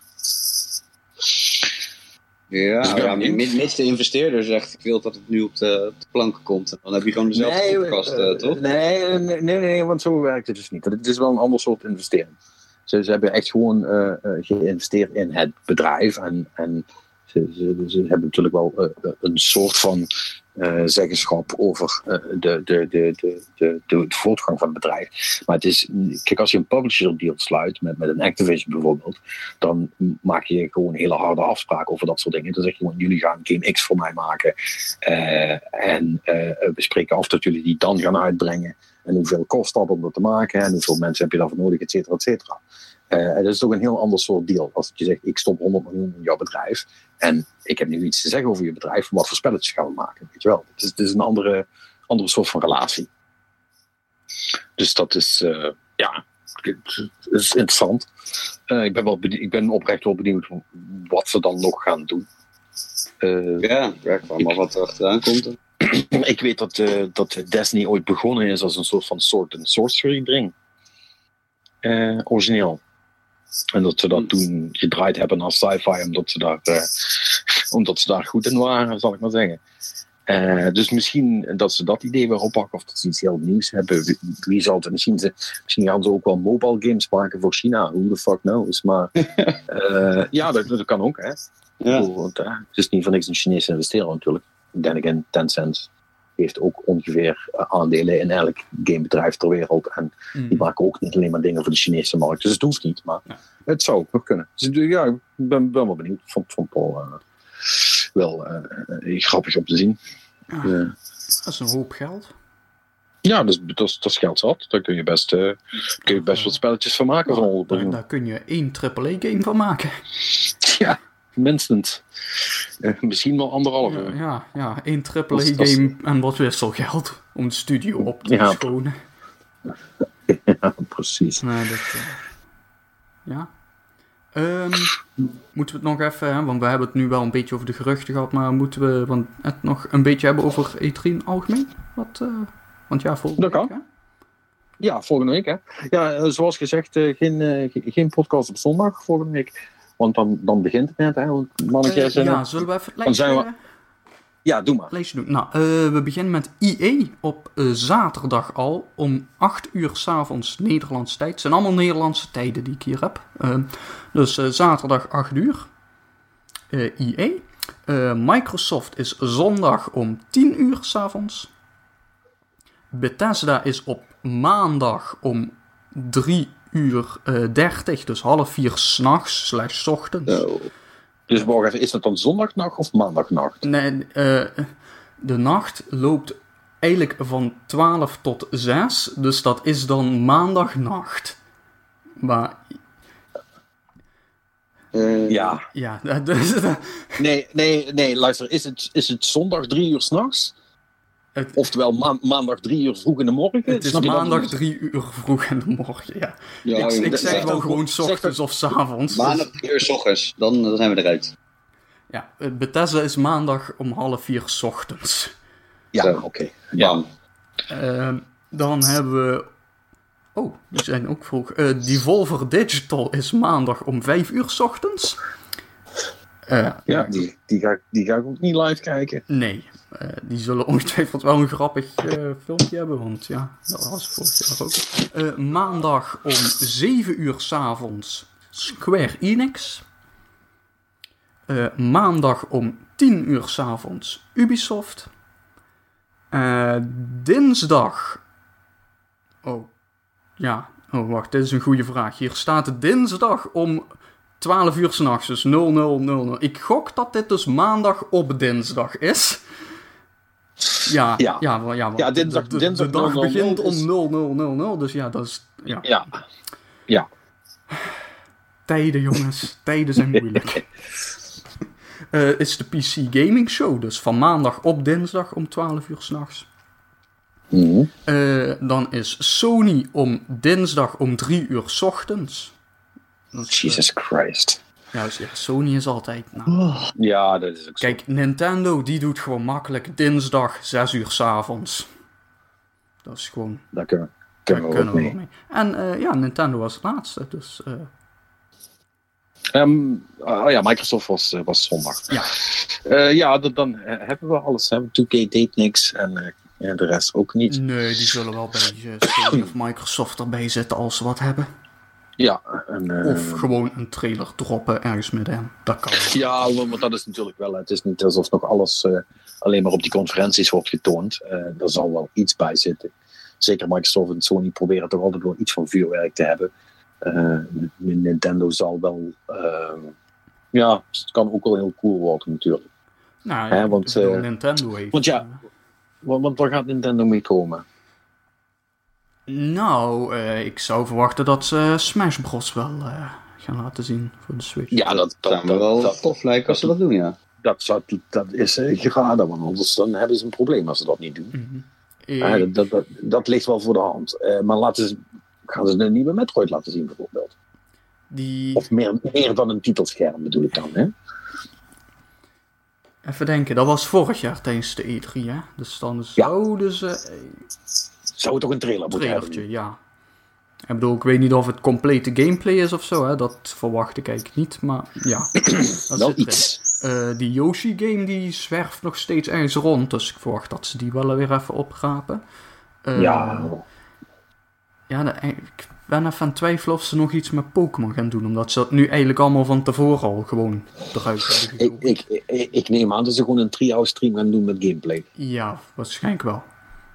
Ja, mits de investeerder zegt, ik wil dat het nu op de planken komt. Dan heb je gewoon dezelfde podcast, toch? Nee, want zo werkt het dus niet. Het is wel een ander soort investering. Ze hebben echt gewoon geïnvesteerd in het bedrijf. En ze hebben natuurlijk wel een soort van zeggenschap over de voortgang van het bedrijf. Maar het is, kijk, als je een publisher deal sluit met een Activision bijvoorbeeld, dan maak je gewoon hele harde afspraken over dat soort dingen. Dan zeg je gewoon, jullie gaan Game X voor mij maken. En we spreken af dat jullie die dan gaan uitbrengen. En hoeveel kost dat om dat te maken? En hoeveel mensen heb je daarvoor nodig, et cetera, et cetera. Dat is toch een heel ander soort deal. Als je zegt, ik stop 100 miljoen in jouw bedrijf. En ik heb nu iets te zeggen over je bedrijf. Wat voor spelletjes gaan we maken? Weet je wel. Het is een andere soort van relatie. Dus dat is, het is interessant. Ik ben oprecht wel benieuwd wat ze dan nog gaan doen. Ik kwam al wat er achteraan komt. Ik weet dat Destiny ooit begonnen is als een soort van Sword and Sorcery ding. Origineel. En dat ze dat toen gedraaid hebben naar sci-fi, omdat ze daar goed in waren, zal ik maar zeggen. Dus misschien dat ze dat idee weer oppakken, of dat ze iets heel nieuws hebben. Wie zal het? Misschien gaan ze ook wel mobile games maken voor China. Who the fuck knows? Maar dat kan ook, hè. Ja. Het is niet van niks een Chinese investeerder natuurlijk. Then again, Tencent heeft ook ongeveer aandelen in elk gamebedrijf ter wereld. En die maken ook niet alleen maar dingen voor de Chinese markt. Dus het hoeft niet, maar het zou ook nog kunnen. Dus ja, ik ben wel benieuwd. Vond Paul wel grappig om te zien. Ja, dat is een hoop geld. Ja, dus dat is geld zat. Daar kun je best wat spelletjes van maken. Daar kun je 1 AAA-game van maken. Ja, minstens. Misschien wel 1,5. Ja, 1 AAA-game en wat wisselgeld om de studio op te schonen. Ja, precies. Nee, ja. Moeten we het nog even, want we hebben het nu wel een beetje over de geruchten gehad, maar moeten we het nog een beetje hebben over E3 in algemeen? Want ja, volgende week, hè? Ja, volgende week, hè. Ja, zoals gezegd, geen podcast op zondag volgende week. Want dan begint het net, hè. Zullen we even het lijstje... Ja, doe maar. Lijstje doen. Nou, we beginnen met EA op zaterdag al om 8 uur 's avonds Nederlandse tijd. Het zijn allemaal Nederlandse tijden die ik hier heb. Dus zaterdag 8 uur. EA. Microsoft is zondag om 10 uur 's avonds. Bethesda is op maandag om 3 uur 30, dus 3:30 s'nachts / 's ochtends. No. Dus wacht even, is dat dan zondagnacht of maandagnacht? Nee, de nacht loopt eigenlijk van 12 tot 6, dus dat is dan maandagnacht. Maar... Ja. Ja, Nee, luister, is het zondag 3 uur 's nachts? Oftewel maandag 3 uur vroeg in de morgen? Het is maandag 3 uur vroeg in de morgen, ja. Ik zeg wel gewoon 's ochtends of 's avonds. Maandag 3 uur 's ochtends, dan zijn we eruit. Ja, Bethesda is maandag om 3:30 's ochtends. Ja, oké. Ja. Dan hebben we... Oh, die zijn ook vroeg. Devolver Digital is maandag om 5 uur 's ochtends. Die ga ik ook niet live kijken. Nee, die zullen ongetwijfeld wel een grappig filmpje hebben, want ja, dat was vorig jaar ook. Maandag om 7 uur 's avonds Square Enix. Maandag om 10 uur 's avonds Ubisoft. Dinsdag... wacht, dit is een goede vraag. Hier staat het dinsdag om 12 uur 's nachts, dus 00:00. Ik gok dat dit dus maandag op dinsdag is. Ja, dinsdag, de dag begint om 00:00, dus ja, dat is... Ja. Tijden, jongens. Tijden zijn moeilijk. Is de PC Gaming Show, dus van maandag op dinsdag om 12 uur 's nachts. Mm-hmm. Dan is Sony om dinsdag om 3 uur 's ochtends. Jesus Christ. Ja, Sony is altijd... Ja, dat is ook zo. Kijk, Nintendo die doet gewoon makkelijk dinsdag 6 uur 's avonds. Dat is gewoon... Daar kunnen we ook mee. En Nintendo was het laatste, dus... Microsoft was zondag. Ja. Dan hebben we alles. 2K deed niks en de rest ook niet. Nee, die zullen wel bij Sony of Microsoft erbij zitten als ze wat hebben. Ja. Of gewoon een trailer droppen ergens middenin. Dat kan. Ja, want dat is natuurlijk wel. Het is niet alsof nog alles alleen maar op die conferenties wordt getoond. Er zal wel iets bij zitten. Zeker Microsoft en Sony proberen toch altijd wel iets van vuurwerk te hebben. Nintendo zal wel... het kan ook wel heel cool worden natuurlijk. Nou, ja, want Nintendo heeft... Want waar gaat Nintendo mee komen? Nou, ik zou verwachten dat ze Smash Bros. Wel gaan laten zien voor de Switch. Ja, dat zou me wel tof lijken als ze dat doen, ja. Dat is geraden, want anders dan hebben ze een probleem als ze dat niet doen. Mm-hmm. Dat ligt wel voor de hand. Maar gaan ze een nieuwe Metroid laten zien bijvoorbeeld? Of meer dan een titelscherm bedoel ik dan, hè? Even denken, dat was vorig jaar tijdens de E3, hè? Dus dan zouden ze... Zou het toch een trailer moeten hebben? Ja. Ik bedoel, ik weet niet of het complete gameplay is of zo, hè? Dat verwacht ik eigenlijk niet, maar ja. Wel iets. Die Yoshi-game die zwerft nog steeds ergens rond, dus ik verwacht dat ze die wel weer even oprapen. Ja, ik ben even aan het twijfelen of ze nog iets met Pokémon gaan doen, omdat ze dat nu eigenlijk allemaal van tevoren al gewoon eruit hebben gegooid. Ik neem aan dat ze gewoon een 3-hour stream gaan doen met gameplay. Ja, waarschijnlijk wel.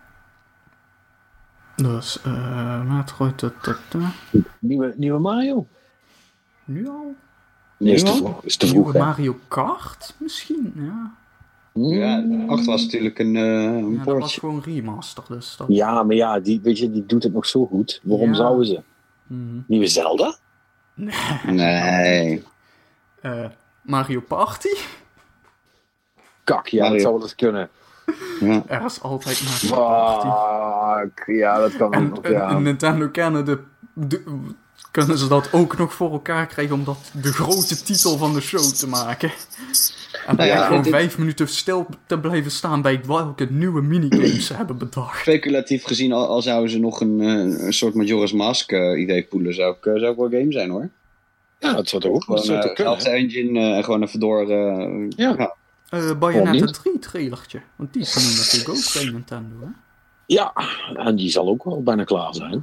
Dus, Metroid... Nieuwe Mario? Nu al? Nee, is te vroeg. Nieuwe Mario Kart? Misschien, ja. Ja, 8 was natuurlijk een dat was gewoon remaster, dus dat... Ja, maar ja, die doet het nog zo goed. Waarom zouden ze? Mm-hmm. Nieuwe Zelda? Nee. Mario Party? Kak, ja, dat zou wel eens kunnen. Ja. Er is altijd Mario Party. Fuck, ja, dat kan en, nog, ja. En Nintendo kunnen ze dat ook nog voor elkaar krijgen om dat de grote titel van de show te maken. En gewoon 5 minuten stil te blijven staan bij welke nieuwe minigames ze hebben bedacht. Speculatief gezien, al zouden ze nog een soort Majora's Mask idee poelen, zou ik wel game zijn, hoor. Ja, dat zou toch ook wel kunnen. Zelfde engine en gewoon even door... Bayonetta 3 trailertje. Want die is nu natuurlijk ook bij Nintendo, hè? Ja, en die zal ook wel bijna klaar zijn.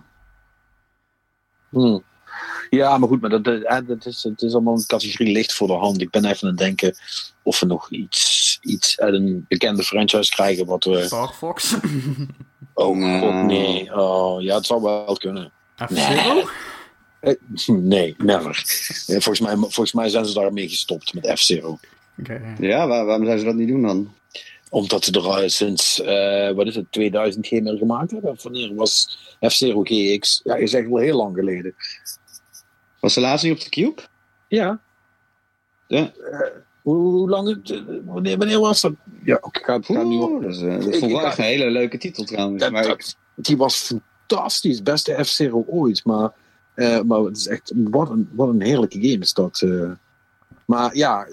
Ja, maar goed, maar het is allemaal een categorie licht voor de hand. Ik ben even aan het denken of we nog iets uit een bekende franchise krijgen wat we... Star Fox? Oh, god, nee. Oh, ja, het zou wel kunnen. F-Zero? Nee, never. Volgens mij zijn ze daarmee gestopt met F-Zero. Okay. Ja, waarom zouden ze dat niet doen dan? Omdat ze er sinds, 2000 geen meer gemaakt hebben. Wanneer was F-Zero GX? Ja, is echt wel heel lang geleden. Was de laatste niet op de Cube? Ja. Hoe lang? Wanneer was dat? Ja, ik ga het nu op. Dat vond ik wel echt een hele leuke titel trouwens. Die was fantastisch. Beste F-Zero ooit. Maar het is echt... Wat een heerlijke game is dat. Maar ja,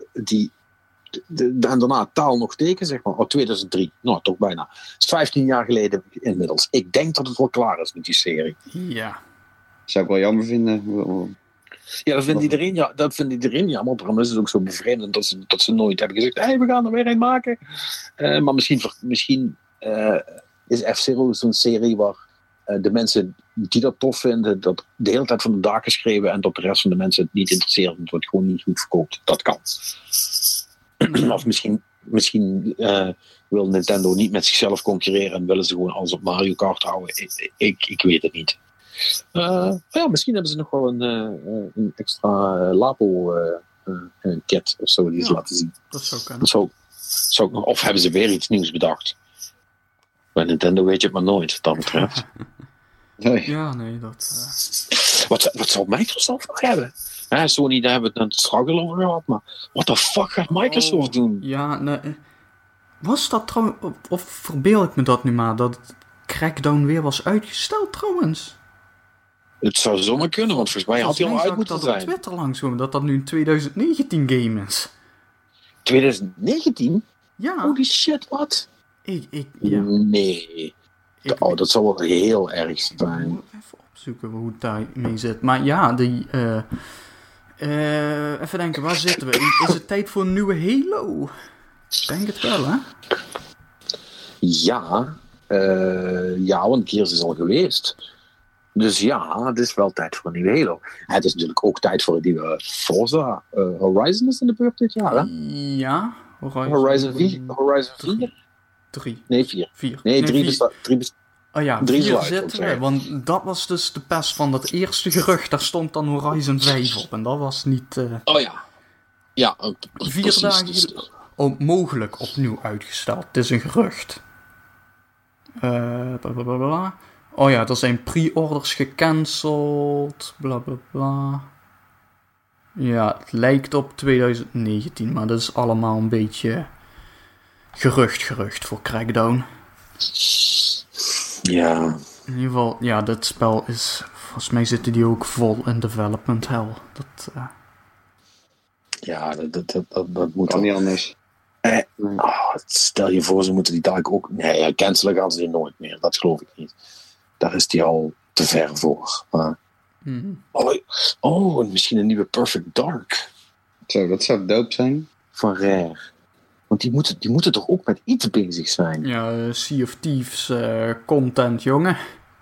en daarna taal nog teken, zeg maar. 2003. Nou, toch bijna. Het is 15 jaar geleden inmiddels. Ik denk dat het wel klaar is met die serie. Ja. Zou ik wel jammer vinden. Ja, dat vindt iedereen jammer. Daarom is het ook zo bevreemdend dat ze nooit hebben gezegd, hey, we gaan er weer een maken. Maar misschien is F-Zero zo'n serie waar de mensen die dat tof vinden, dat de hele tijd van de dak geschreven en dat de rest van de mensen het niet interesseert, omdat het gewoon niet goed verkoopt. Dat kan. Of misschien wil Nintendo niet met zichzelf concurreren en willen ze gewoon alles op Mario Kart houden. Ik weet het niet. Ja, misschien hebben ze nog wel een extra Lapo-kit of zo die ze laten zien. Dat zou kunnen. Of hebben ze weer iets nieuws bedacht? Bij Nintendo weet je het maar nooit, wat dat betreft. Nee. Ja, nee, dat... Wat zal Microsoft nog hebben? Sony, daar hebben we het straks over gehad, maar what the fuck gaat Microsoft doen? Ja, nee. Was dat trouwens... Of verbeeld ik me dat nu maar, dat Crackdown weer was uitgesteld trouwens? Het zou zomaar kunnen, want volgens mij had hij al uit moeten zijn. Ik op Twitter langskomen dat een 2019 game is. 2019? Ja. Holy shit, wat? Ja. Nee. Dat zou wel heel erg zijn. Ik moet even opzoeken hoe het daarmee zit. Maar ja, even denken, waar zitten we? Is het tijd voor een nieuwe Halo? Ik denk het wel, hè? Ja, want Gears is al geweest. Dus ja, het is wel tijd voor een nieuwe Halo. Het is natuurlijk ook tijd voor een nieuwe Forza. Horizon is in de beurt dit jaar, hè? Ja, Horizon 4? 3. Nee, 4. 4. Nee, 3 bestaat. Oh ja, 3 4 is zitten we, want dat was dus de pest van dat eerste gerucht. Daar stond dan Horizon 5 op en dat was niet... Oh ja. Ja, 4 precies. dagen mogelijk opnieuw uitgesteld. Het is een gerucht. Blablabla. Oh ja, er zijn pre-orders gecanceld. Blablabla. Ja, het lijkt op 2019, maar dat is allemaal een beetje gerucht voor Crackdown. Ja. In ieder geval, ja, dit spel is... Volgens mij zitten die ook vol in development hell. Ja, dat moet Kan niet anders. Stel je voor, ze moeten die dadelijk ook... Nee, cancelen gaan ze die nooit meer. Dat geloof ik niet. Daar is die al te ver voor. Maar... misschien een nieuwe Perfect Dark. Zo, dat zou dope zijn. Van Rare. Want die moeten toch ook met iets bezig zijn? Ja, Sea of Thieves content, jongen.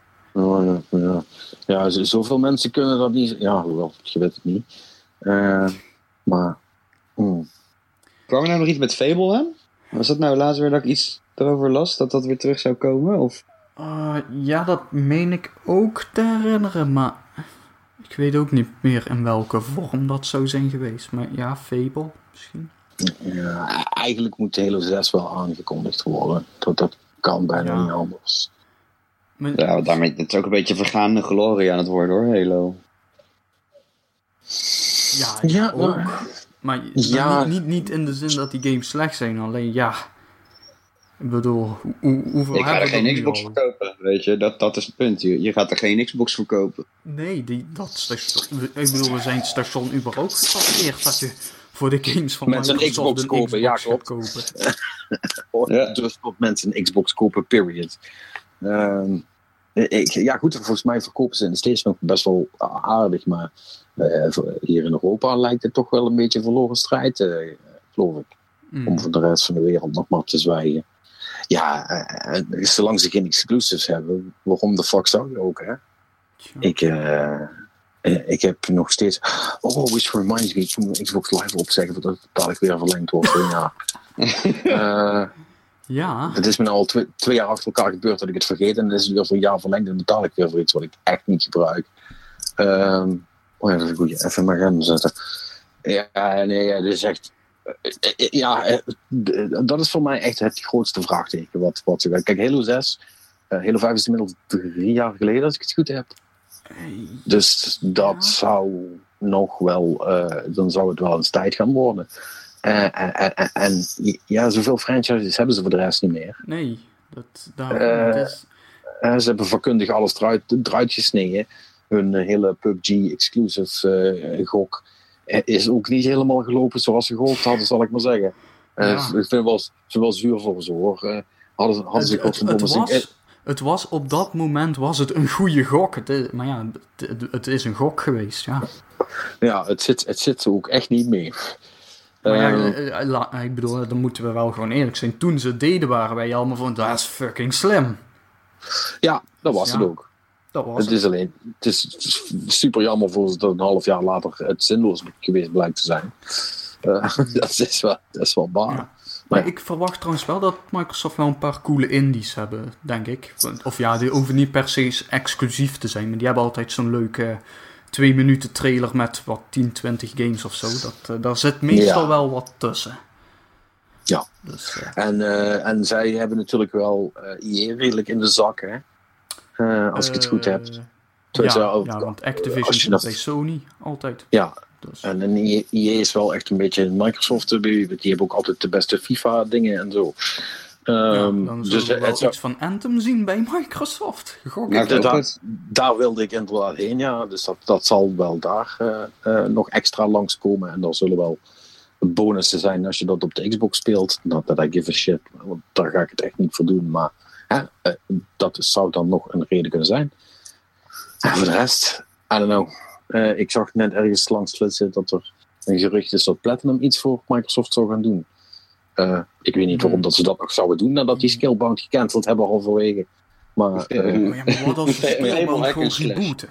Ja, zoveel mensen kunnen dat niet... Ja, hoewel, je weet het niet. Maar... Kwam er nou nog iets met Fable aan? Was dat nou laatst weer dat ik iets erover las? Dat weer terug zou komen? Of... Ja, dat meen ik ook te herinneren, maar... Ik weet ook niet meer in welke vorm dat zou zijn geweest. Maar ja, Fable misschien. Ja, eigenlijk moet Halo 6 wel aangekondigd worden. Dat kan bijna niet anders. Maar... Ja, daarmee het is ook een beetje vergaande glorie aan het worden hoor, Halo. Ja, ook. Maar niet in de zin dat die games slecht zijn. Alleen ja... Ik bedoel, hoeveel ik ga er geen Xbox voor kopen, weet je. Dat is het punt. Je gaat er geen Xbox voor kopen. Nee, dat station... Ik bedoel, we zijn het station überhaupt gepasseerd dat je voor de games van mensen Microsoft een Xbox kopen. Ja, klopt. Dus dat mensen een Xbox kopen, period. Goed, volgens mij verkopen ze in de States nog best wel aardig, maar hier in Europa lijkt het toch wel een beetje een verloren strijd, geloof ik. Om voor de rest van de wereld nog maar te zwijgen. Ja, zolang ze geen exclusives hebben, waarom de fuck zou je ook, hè? Ja. Ik heb nog steeds... which reminds me, ik moet mijn Xbox Live opzeggen, voordat het dadelijk weer verlengd wordt. Ja. Het is me al 2 jaar achter elkaar gebeurd dat ik het vergeet en dan is het weer voor een jaar verlengd en betaal ik weer voor iets wat ik echt niet gebruik. Ja, dat is een goeie. Even mijn agenda zetten. Ja, nee, dat is echt... dat is voor mij echt het grootste vraagteken. Wat kijk, Halo 6, Halo 5 is inmiddels 3 jaar geleden, als ik het goed heb. Dus dat zou nog wel, dan zou het wel eens tijd gaan worden. En ja, zoveel franchises hebben ze voor de rest niet meer. Nee, ze hebben vakkundig alles eruit gesneden. Hun hele PUBG-exclusive gok is ook niet helemaal gelopen zoals ze gehoopt hadden, zal ik maar zeggen. Ik vind het wel zuur voor ze, hoor. Hadden ze het was op dat moment een goede gok. Maar ja, het is een gok geweest, ja. Ja, het zit ook echt niet meer. Maar ik bedoel, dan moeten we wel gewoon eerlijk zijn. Toen ze het deden, waren wij allemaal van, dat is fucking slim. Ja, dat was het ook. Het is super jammer voor ze dat een half jaar later het zinloos geweest blijkt te zijn. Dat is wel waar. Ja. Maar ik verwacht trouwens wel dat Microsoft wel een paar coole indies hebben, denk ik. Of ja, die hoeven niet per se exclusief te zijn, maar die hebben altijd zo'n leuke 2 minuten trailer met wat 10, 20 games of zo. Daar zit meestal wel wat tussen. Ja, dus, en zij hebben natuurlijk wel EA redelijk in de zak, hè? Als ik het goed heb. Want Activision zit bij Sony altijd. Ja, dus. En EA is wel echt een beetje Microsoft. Die hebben ook altijd de beste FIFA-dingen en zo. Dan zullen we wel iets van Anthem zien bij Microsoft. Daar wilde ik inderdaad heen, ja. Dus dat zal wel daar nog extra langskomen. En daar zullen wel bonussen zijn als je dat op de Xbox speelt. Not that I give a shit. Want daar ga ik het echt niet voor doen. Maar dat zou dan nog een reden kunnen zijn. En voor de rest, I don't know. Ik zag net ergens langs flitsen dat er een gerucht is dat Platinum iets voor Microsoft zou gaan doen. Ik weet niet waarom dat ze dat nog zouden doen nadat die Skillbound gecanceld hebben halverwege. Maar, Maar wat als de Fable speelband hack gewoon and slash. rebooten?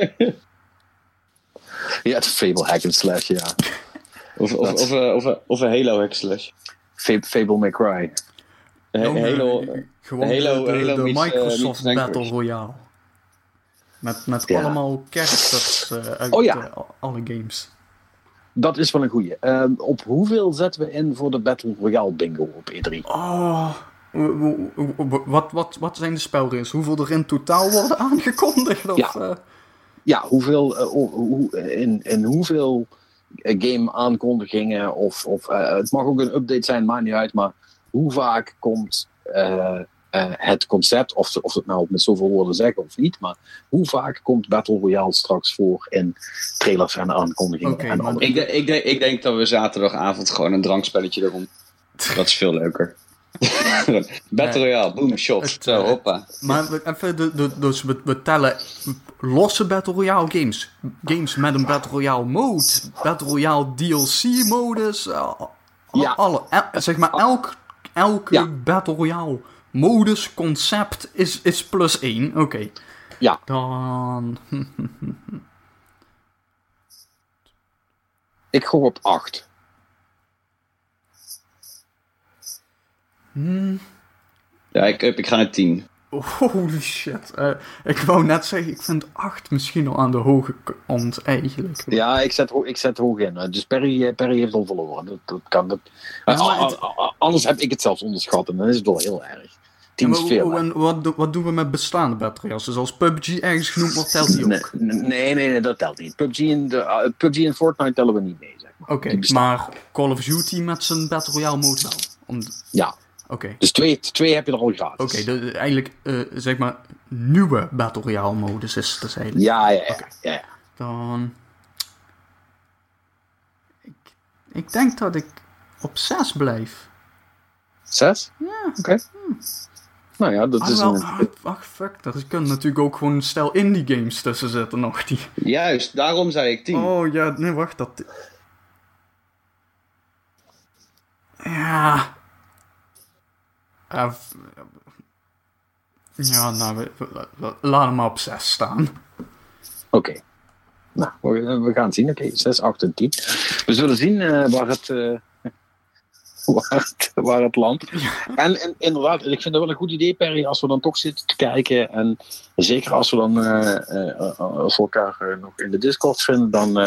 ja, het Fable hack and slash, ja. Of een Halo hack slash. Fable May Cry. Halo... Gewoon Halo de meets, Microsoft meets Battle Vanquish. Royale. Met Ja. allemaal characters uit Oh ja. alle games. Dat is wel een goeie. Op hoeveel zetten we in voor de Battle Royale bingo op E3? Oh, wat zijn de spelregels? Hoeveel er in totaal worden aangekondigd? Of, Ja. Ja, hoeveel, in hoeveel game aankondigingen of het mag ook een update zijn, maakt niet uit, maar hoe vaak komt het concept, of het nou met zoveel woorden zeggen of niet, maar hoe vaak komt Battle Royale straks voor in trailers en aankondigingen? Oké, en maar andere. Ik denk dat we zaterdagavond gewoon een drankspelletje erom. Dat is veel leuker. Battle Royale, boom, shot. Zo, hoppa. Maar dus we tellen losse Battle Royale games. Games met een Battle Royale mode. Battle Royale DLC modus. Zeg maar elke Ja. Battle Royale modus concept is plus 1. Oké. Ja. Dan... Ik gok op 8. Ja, ik ga naar 10. Holy shit. Ik wou net zeggen, ik vind 8 misschien al aan de hoge kant eigenlijk. Ja, ik zet hoog in. Dus Perry heeft al verloren. Dat kan. Ja, maar Anders heb ik het zelfs onderschat en dan is het wel heel erg. 10 is veel. hè? En wat doen we met bestaande Battle Royales? Dus als PUBG ergens genoemd wordt, telt die ook? Nee, dat telt niet. PUBG en Fortnite tellen we niet mee, zeg maar. Oké, Die bestaan. maar Call of Duty met zijn Battle Royale mode wel? Ja, Oké. dus twee heb je er al gratis. Oké, eigenlijk, zeg maar, nieuwe Battle Royale modus is het dus eigenlijk. Ja. Dan... Ik denk dat ik op 6 blijf. 6? Ja. Oké. Nou ja, dat is Wacht, fuck. Er kunnen natuurlijk ook gewoon een stel indie games tussen zitten nog. Die... Juist, daarom zei ik 10. Oh ja, nee, wacht. Dat... Ja... Ja, nou, laat hem maar op 6 staan. Oké. Nou, we gaan het zien. Oké, 6, 8 en 10. We zullen zien waar het landt. En inderdaad, ik vind het wel een goed idee, Perry, als we dan toch zitten te kijken. En zeker als we dan voor elkaar nog in de Discord vinden,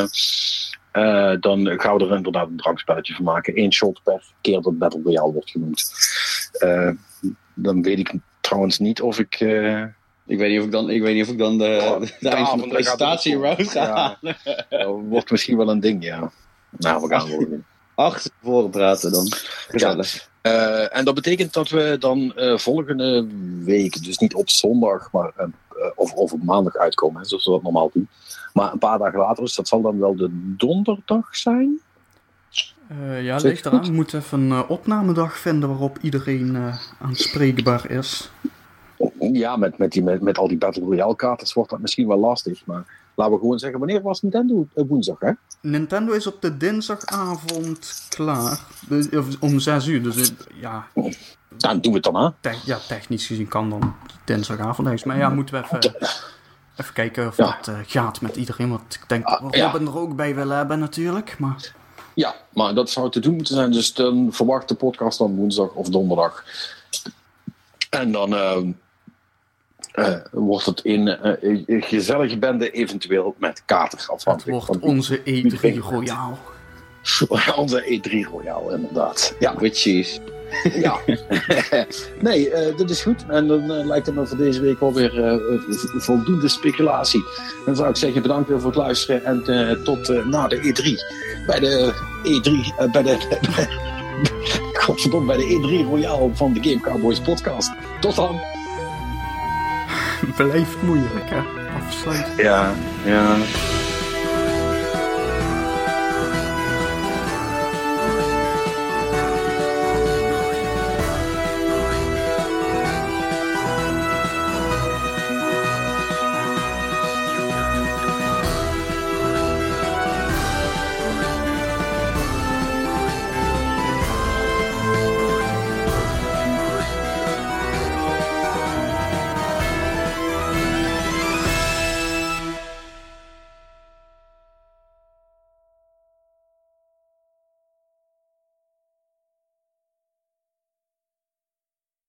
dan gaan we er inderdaad een drankspelletje van maken. 1 shot per keer dat Battle Royale wordt genoemd. Dan weet ik trouwens niet of ik... Ik weet niet of ik dan de eind van de presentatie route ga halen. Dat wordt misschien wel een ding, ja. Nou, we gaan wel doen. Achter tevoren praten dan. Gezellig. En dat betekent dat we dan volgende week, dus niet op zondag, maar of op maandag uitkomen, hè, zoals we dat normaal doen. Maar een paar dagen later, dus dat zal dan wel de donderdag zijn? Ja, ligt eraan. We moeten even een opnamedag vinden waarop iedereen aanspreekbaar is. Ja, met al die Battle Royale kaarters wordt dat misschien wel lastig, maar laten we gewoon zeggen, wanneer was Nintendo? Woensdag, hè? Nintendo is op de dinsdagavond klaar. Om 6 uur, dus ja... Dan doen we het dan, hè? Technisch gezien kan dan dinsdagavond ergens. Maar ja, moeten we even kijken of dat gaat met iedereen. Want ik denk dat we Robin er ook bij willen hebben natuurlijk. Maar... Ja, maar dat zou te doen moeten zijn. Dus dan verwacht de podcast dan woensdag of donderdag. En dan wordt het een gezellige bende, eventueel met katers afhankelijk. Het wordt onze E3 Royale. Onze E3 Royale, inderdaad. Ja, With cheese. ja. Nee, dat is goed. En dan lijkt het me voor deze week alweer voldoende speculatie. Dan zou ik zeggen, bedankt weer voor het luisteren. En tot na de E3. Bij de E3... Godverdomme, bij de E3 Royale van de Game Cowboys podcast. Tot dan! Blijft moeilijk, hè? Afsluiten. Ja.